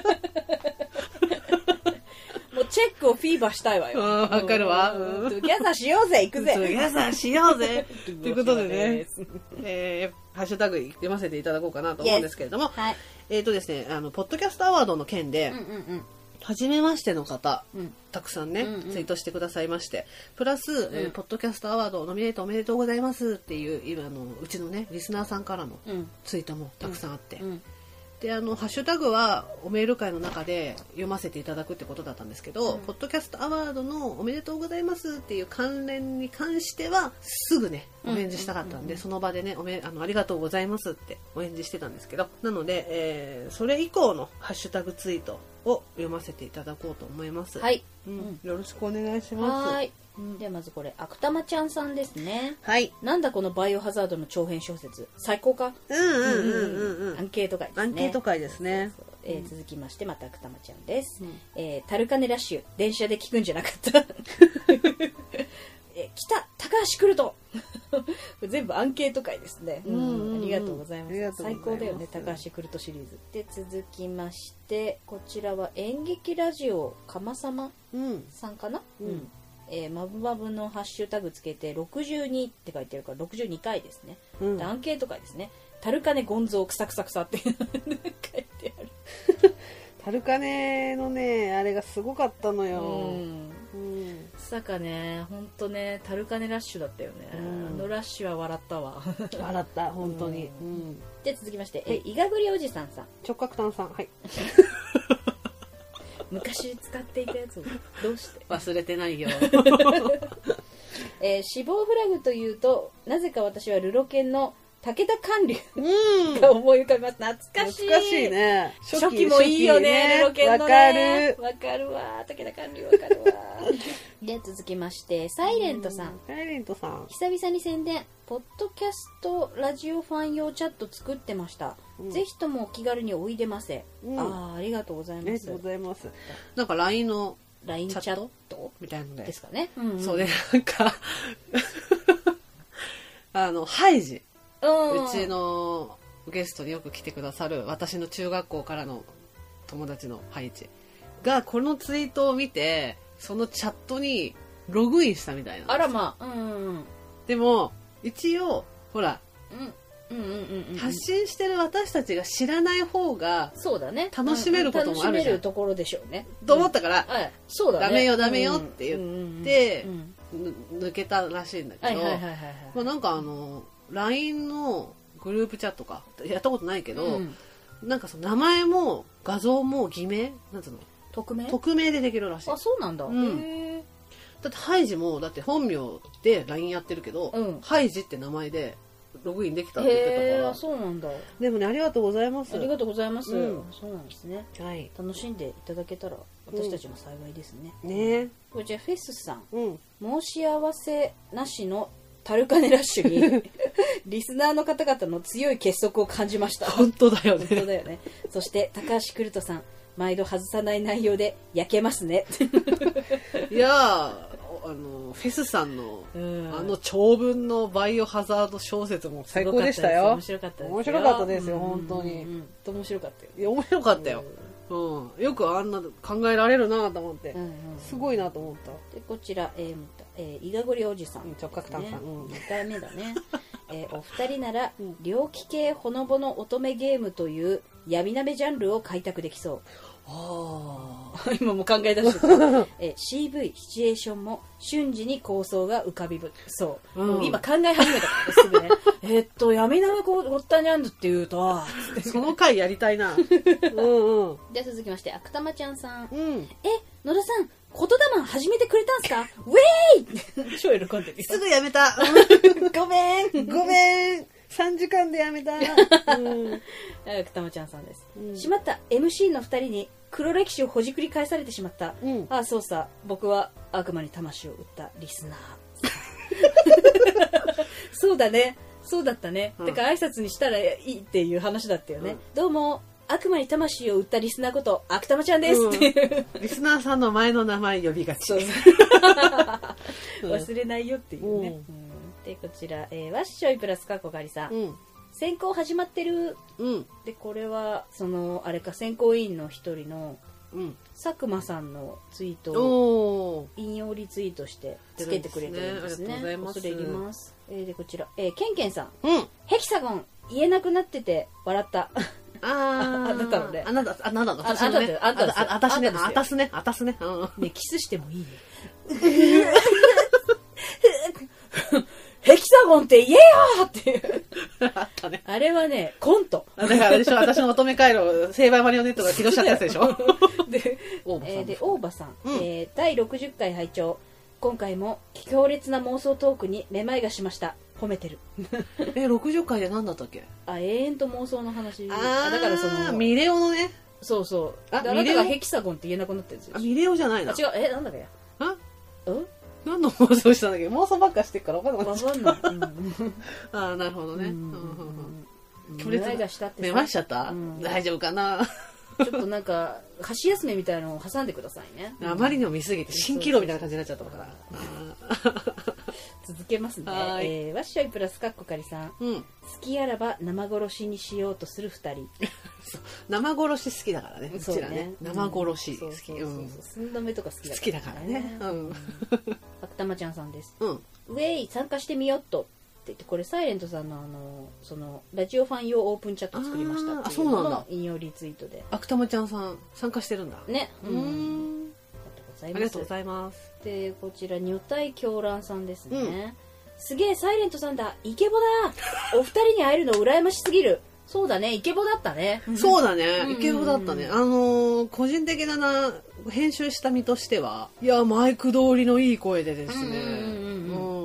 もうチェックをフィーバーしたいわよ。 わかるわ。トゥギャザーしようぜ、行くぜ。 トゥギャザーしようぜ。ということでね、えー、ハッシュタグ読ませていただこうかなと思うんですけれども、はい、えっ、ー、とですね、あの、ポッドキャストアワードの件で、うんうんうん、初めましての方、うん、たくさんね、うんうん、ツイートしてくださいまして、プラス、うん、えー、ポッドキャストアワードノミネートおめでとうございますっていう、今のうちのね、リスナーさんからのツイートもたくさんあって、うんうん、で、あの、ハッシュタグはおメール会の中で読ませていただくってことだったんですけど、うん、ポッドキャストアワードのおめでとうございますっていう関連に関しては、すぐね、お返事したかったんで、うんうんうんうん、その場でね、おめあの、ありがとうございますってお返事してたんですけど、なので、えー、それ以降のハッシュタグツイートを読ませていただこうと思います。 はい。 うん、よろしくお願いします。 はい。ではまずこれ、あくたまちゃんさんですね。 はい。 なんだこのバイオハザードの長編小説。最高か。 うんうんうんうんうん。 アンケート会ですね。 アンケート会ですね。 そうそう、えー、続きまして、またあくたまちゃんです。うん、えー、タルカネラッシュ。電車で聞くんじゃなかった。えー、来た高橋来ると全部アンケート会ですね。うんうんうん、ありがとうございます。最高だよね、高橋来るとシリーズ。で、続きまして、こちらは演劇ラジオかまさまさんかな、うんうん、えー、マブマブのハッシュタグつけてろくじゅうにって書いてあるからろくじゅうにかいですね。うん、アンケート会ですね。タルカネゴンゾーくさくさくさって書いてある。 タルカネのね、あれがすごかったのよ。 うんうん、さかね、ほんとね、タルカネラッシュだったよね。うん、あのラッシュは笑ったわ。 笑った、本当に。 うんうん、で、続きまして、はい、え、いがぐりおじさんさん。 直角炭酸、はい。 昔使っていたやつをどうして忘れてないよ。 えー、死亡フラグというと、なぜか私はルロケンの武田観柳、うん、が思い浮かびます。懐かしい。 懐かしいね。 初期、初期もいいよね、ルロケンのね。わかる。わかるわ。武田観柳わかるわ。で、続きまして、サイレントさん。 サイレントさん。 久々に宣伝。ポッドキャストラジオファン用チャット作ってました。うん、ぜひともお気軽においでませ。うん、ああ、ありがとうございます。 ありがとうございます。なんか ライン のラインチャットみたいなので。 ですかね。 うんうん、そうで、なんか、あの、ハイジ。うちのゲストによく来てくださる私の中学校からの友達のハイチがこのツイートを見てそのチャットにログインしたみたいな。 あらまあ、うんうん、 でも一応ほら、 うんうんうんうんうん、 発信してる私たちが知らない方がそうだね楽しめることもあるじゃん、うん、楽しめるところでしょうねと思ったから、 うんはい、そうだね、 ダメよダメよって言って、うんうんうん、抜けたらしいんだけど、まあなんかあの ライン のグループチャットかやったことないけど、うん、なんかその名前も画像も偽名なんつうの匿名匿名でできるらしい。 あ、そうなんだ、うん、 へだってハイジもだって本名で ライン やってるけど、うん、ハイジって名前でログインできたって言ってたから。 そうなんだ。 でもね、ありがとうございます。 ありがとうございます、うん、そうなんですね、 はい、 楽しんでいただけたら私たちも幸いですね、 うん、ねこれじゃあフェスさん、うん、申し合わせなしのタルカネラッシュにリスナーの方々の強い結束を感じました。 本当だよね。 本当だよね。そして高橋クルトさん、毎度外さない内容で焼けますね。 いやー、あのフェスさんの、うん、あの長文のバイオハザード小説も最高でしたよ。 面白かったです。 面白かったですよ、本当に。 うん、と面白かったよ。 いや面白かったよ。うんうん、よくあんな考えられるなと思って、うんうん、すごいなと思った。 でこちら、えーえー、伊賀ゴリおじさん、 うん、直角炭酸、うん、 にかいめだね。えー、お二人なら、うん、猟奇系ほのぼの乙女ゲームという闇鍋ジャンルを開拓できそう。あ今も考え出してた、えー、シーブイ シチュエーションも瞬時に構想が浮かびぶそう、うん、今考え始めたからすぐねえっと闇鍋ゴッタニャンドっていうとその回やりたいな。うんうん。 では続きましてアクタマちゃんさん、 うん、 え野田さん言霊始めてくれたんすかウェーイ超喜んでる。 すぐやめた。 ごめんごめんさんじかんでやめた。うん、 アクタマちゃんさんです、うん、しまった エムシー のふたりに黒歴史をほじくり返されてしまった、うん、ああそうさ僕は悪魔に魂を売ったリスナー。そうだねそうだったね、うん、だから挨拶にしたらいいっていう話だったよね、うん、どうも悪魔に魂を売ったリスナーことアクタマちゃんですっていう、 うん、リスナーさんの前の名前呼びがち。そうそう忘れないよっていうね、うんうん、でこちら、えー、ワッショイプラスカッコガリさん、うん、選考始まってる、うん、でこれはそのあれか選考委員の一人の、うん、佐久間さんのツイートを引用リツイートしてつけてくれてるんですね。ありがとうございます。恐れ入ります、えー、でこちら、えー、ケンケンさん、うん、ヘキサゴン言えなくなってて笑った。 ああ、 あなたのね。 あなた、あなたの。 あなたね。あなた、 あたしね。あたすね。あたすね。 ね、キスしてもいいね。ヘキサゴンって言えよっていう。 あったね。 あれはね、コント。 だからあれでしょ、私の乙女回路、セイバーマリオネットが起動しちゃったやつでしょ。 で、大場さん。えー、で、大場さん。うん、えー、だいろくじゅっかい拝聴。今回も強烈な妄想トークにめまいがしました。褒めてる。 え、ろくじゅっかいで何だったっけ？ あ、永遠と妄想の話。 ああ、だからそのミレオのね。 そうそう。あ、あなたがヘキサゴンって言えなくなってるんですよ。 あ、ミレオじゃないな。 あ、違う。え、なんだっけ？ あ？ うん何の妄想したんだっけ？妄想ばっかしてっから分かんない。 分かんない。 ああ、なるほどね。 強烈な。したってめまいしちゃった？大丈夫かな？ ちょっとなんか箸休めみたいなのを挟んでくださいね。 あまりにも見すぎて蜃気楼みたいな感じになっちゃったから。 続けますね。えー、ワッショイプラスカッコカリさん、うん、好きあらば生殺しにしようとする二人。 生殺し好きだからね。うちらね。生殺し好き。 寸止めとか好きだからね。 好きだからね。うん。 アクタマちゃんさんです。うん。ウェイ参加してみよっとって言って、これサイレントさんのあのそのラジオファン用オープンチャット作りましたっていうのの引用リツイートで。 アクタマちゃんさん参加してるんだ。 ね。うん。 ありがとうございます。 でこちら女体狂乱さんですね、うん、すげえサイレントさんだイケボだお二人に会えるの羨ましすぎる。そうだねイケボだったね。 そうだねイケボだったね。あのー、個人的なな編集した身としてはいやマイク通りのいい声でですね、うん、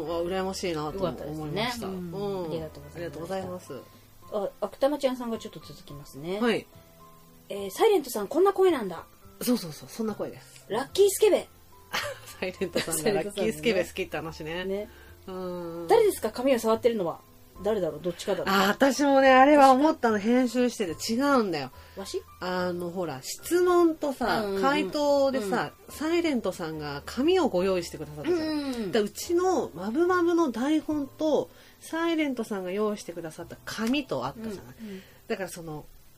羨ましいなと思いました。ありがとうございます。 あ、アクタマちゃんさんがちょっと続きますね。 はい。 えー、サイレントさんこんな声なんだ。 そうそうそうそんな声です。 ラッキースケベ。 サイレントさんがラッキースケベ好きって話ね。 ね。うん。誰ですか髪を触ってるのは。誰だろうどっちかだろう。 あ、私もねあれは思ったの編集してて違うんだよ。 わし？ あのほら質問とさ、うんうん、回答でさ、うん、サイレントさんが紙をご用意してくださったじゃん。うんうん、だうちのマブマブの台本とサイレントさんが用意してくださった紙とあったじゃない。うんうん、だからその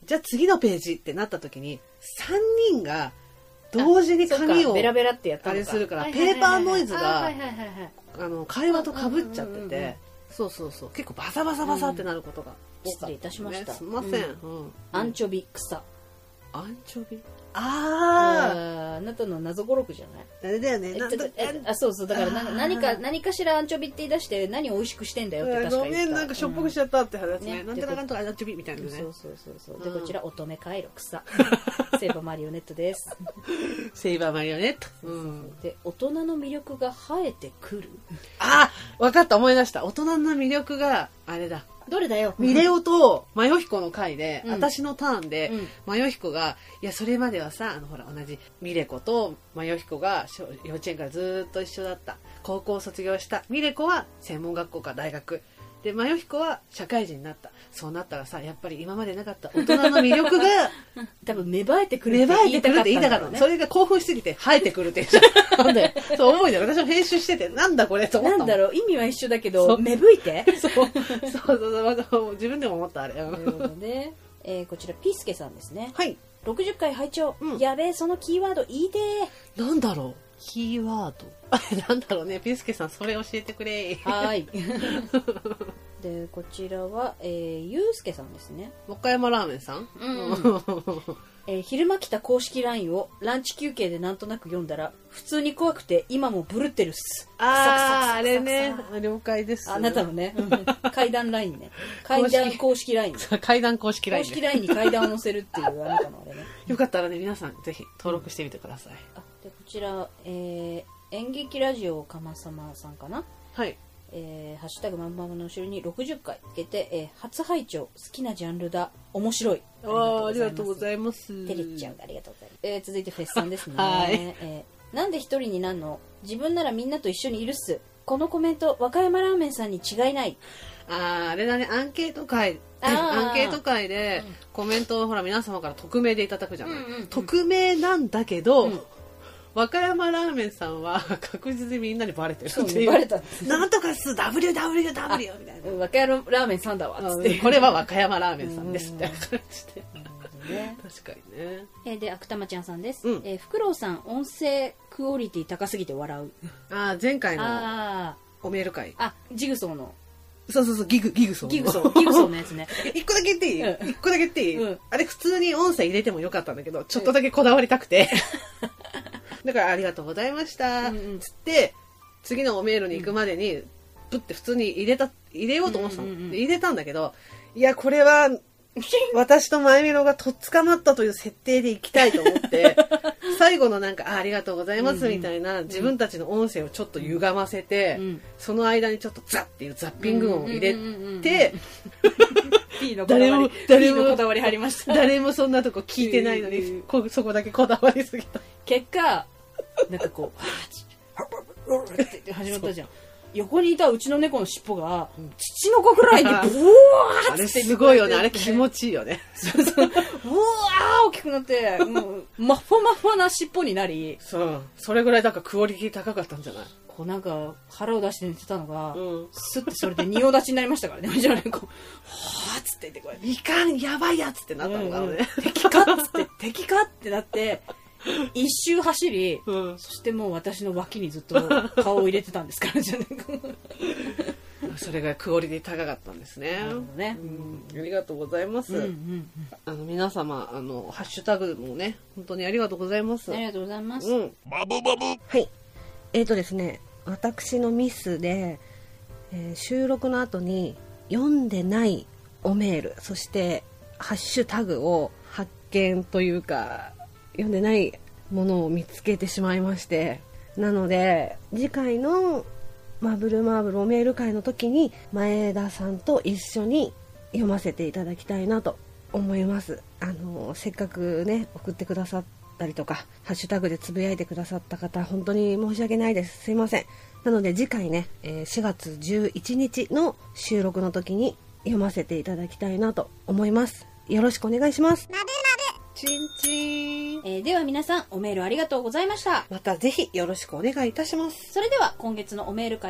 じゃあ次のページってなった時にさんにんが同時に紙をベラベラってやったあれするから、ペーパーノイズがあの会話とかぶっちゃってて、そうそうそう、結構バサバサバサってなることが多かった、ね、 失礼いたしました。 すみません、うんうん、 アンチョビ草。 アンチョビ、あああなたの謎語録じゃない？ あれだよね。 あ、そうそう、だからな何か何かしらアンチョビって言い出して何を美味しくしてんだよって確か言った。 ごめん、なんかしょっぽくしちゃったって話ね。なんとかなんとかアンチョビみたいなね。 そうそうそうそう。でこちら乙女回路草。セイバーマリオネットです。 セイバーマリオネット。 で大人の魅力が生えてくる。 あ、わかった、思い出した。大人の魅力があれだ。 どれだよ。 ミレオとマヨヒコの回で、うん、私のターンで、うん、マヨヒコが、いや、それまではさ、あの、ほら、同じ、ミレコとマヨヒコが幼稚園からずっと一緒だった。高校を卒業した。ミレコは専門学校か大学。で、マヨヒコは社会人になった。そうなったらさ、やっぱり今までなかった大人の魅力が、 多分芽生えてくるって言いたかった。芽生えてくるって言いたかった。それが興奮しすぎて、生えてくるって言っちゃった。なんで、そう思いだよ。私も編集してて、なんだこれと思った。 なんだろう、意味は一緒だけど、芽吹いてそう、そうそうそう、自分でも思った、あれ。なるほどね。えー、こちら、ピースケさんですね。 はい。 ろくじゅっかい拝聴、うん、やべえ、そのキーワードいいでー。なんだろう。キーワード。あれ、なんだろうね。ピースケさん、それ教えてくれ。 はい。でこちらは、えー、ゆうすけさんですね。 和歌山ラーメンさん、うんえー、昼間来た公式 ライン をランチ休憩でなんとなく読んだら普通に怖くて今もブルってるっす。 あああれね、了解です。 あなたのね階段 ライン ね、階段公式 ライン階段公式 ライン、 ね、公式 ライン に階段を載せるっていうあなたのあれねよかったらね皆さんぜひ登録してみてください。 あでこちら、えー、演劇ラジオかまさまさんかな。 はい。 えー、ハッシュタグまんまの後ろにろくじゅっかいつけて、えー、初拝聴好きなジャンルだ面白い。 ありがとうございます。 てりちゃんありがとうございます。えー、続いてフェスさんですね。 はい。 えー、なんで一人になんの？自分ならみんなと一緒にいるっす。このコメント和歌山ラーメンさんに違いない。 あああれだね、アンケート会アンケート会でコメントをほら皆様から匿名でいただくじゃない、うんうんうん、匿名なんだけど、うん和歌山ラーメンさんは確実にみんなにバレてるっていう。 そうバレたんです。 なんとかす ダブリューダブリューダブリュー みたいな。 和歌山ラーメンさんだわっつって。 これは和歌山ラーメンさんですみたいな感じで。ね、確かにね。 えー、で、あくたまちゃんさんです。うん、えー、フクロウさん、音声クオリティ高すぎて笑う。 ああ、前回のおメール会。 あ、ジグソーの。 そうそうそう、ギグ、ギグソー。 ギグソー、ギグソーのやつね。 一個だけ言っていい、うん、一個だけ言っていい、うん、あれ普通に音声入れてもよかったんだけど、ちょっとだけこだわりたくて。だからありがとうございました、うんうん、つって次のメールに行くまでにプッて普通に入れた入れようと思ってたの、うんうんうん、入れたんだけど、いやこれは私とマイメロがとっ捕まったという設定でいきたいと思って最後のなんか あ, ありがとうございますみたいな、うんうん、自分たちの音声をちょっと歪ませて、うん、その間にちょっとザッっていうザッピング音を入れて誰も誰もこだわり入りました。 誰もそんなとこ聞いてないのにこそこだけこだわりすぎた。 結果なんかこうって始まったじゃん。横にいたうちの猫の尻尾が父の子ぐらいにブワーってあれすごいよね。あれ気持ちいいよね。 そうそう。うわー大きくなってもうマッファマッファな尻尾になり、 そうそれぐらいだからクオリティ高かったんじゃない。 こうなんか腹を出して寝てたのが、うん、スッてそれで仁王立ちになりましたからね。うちの猫はーっつって言ってこれいかんやばいやつってなったのがね、うんうん、敵かっつって敵かってなって一周走り、うん、そしてもう私の脇にずっと顔を入れてたんですからじゃねそれがクオリティ高かったんですね。 ね、 うん、ありがとうございます。うんうんうん、あの皆様あのハッシュタグもね本当にありがとうございます。 ありがとうございます。 うん、バブバブはい。えーとですね私のミスで、えー、収録の後に読んでないおメールそしてハッシュタグを発見というか読んでないものを見つけてしまいまして、なので次回のマーブルマーブルおメール会の時に前田さんと一緒に読ませていただきたいなと思います。あのせっかくね送ってくださったりとかハッシュタグでつぶやいてくださった方本当に申し訳ないです。すいません。なので次回ねしがつじゅういちにちの収録の時に読ませていただきたいなと思います。よろしくお願いします。チンチン、 えー、では皆さんおメールありがとうございました。 またぜひよろしくお願いいたします。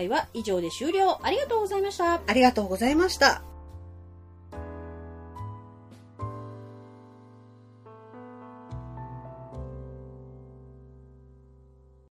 それでは今月のおメール会は以上で終了。ありがとうございました。 ありがとうございました。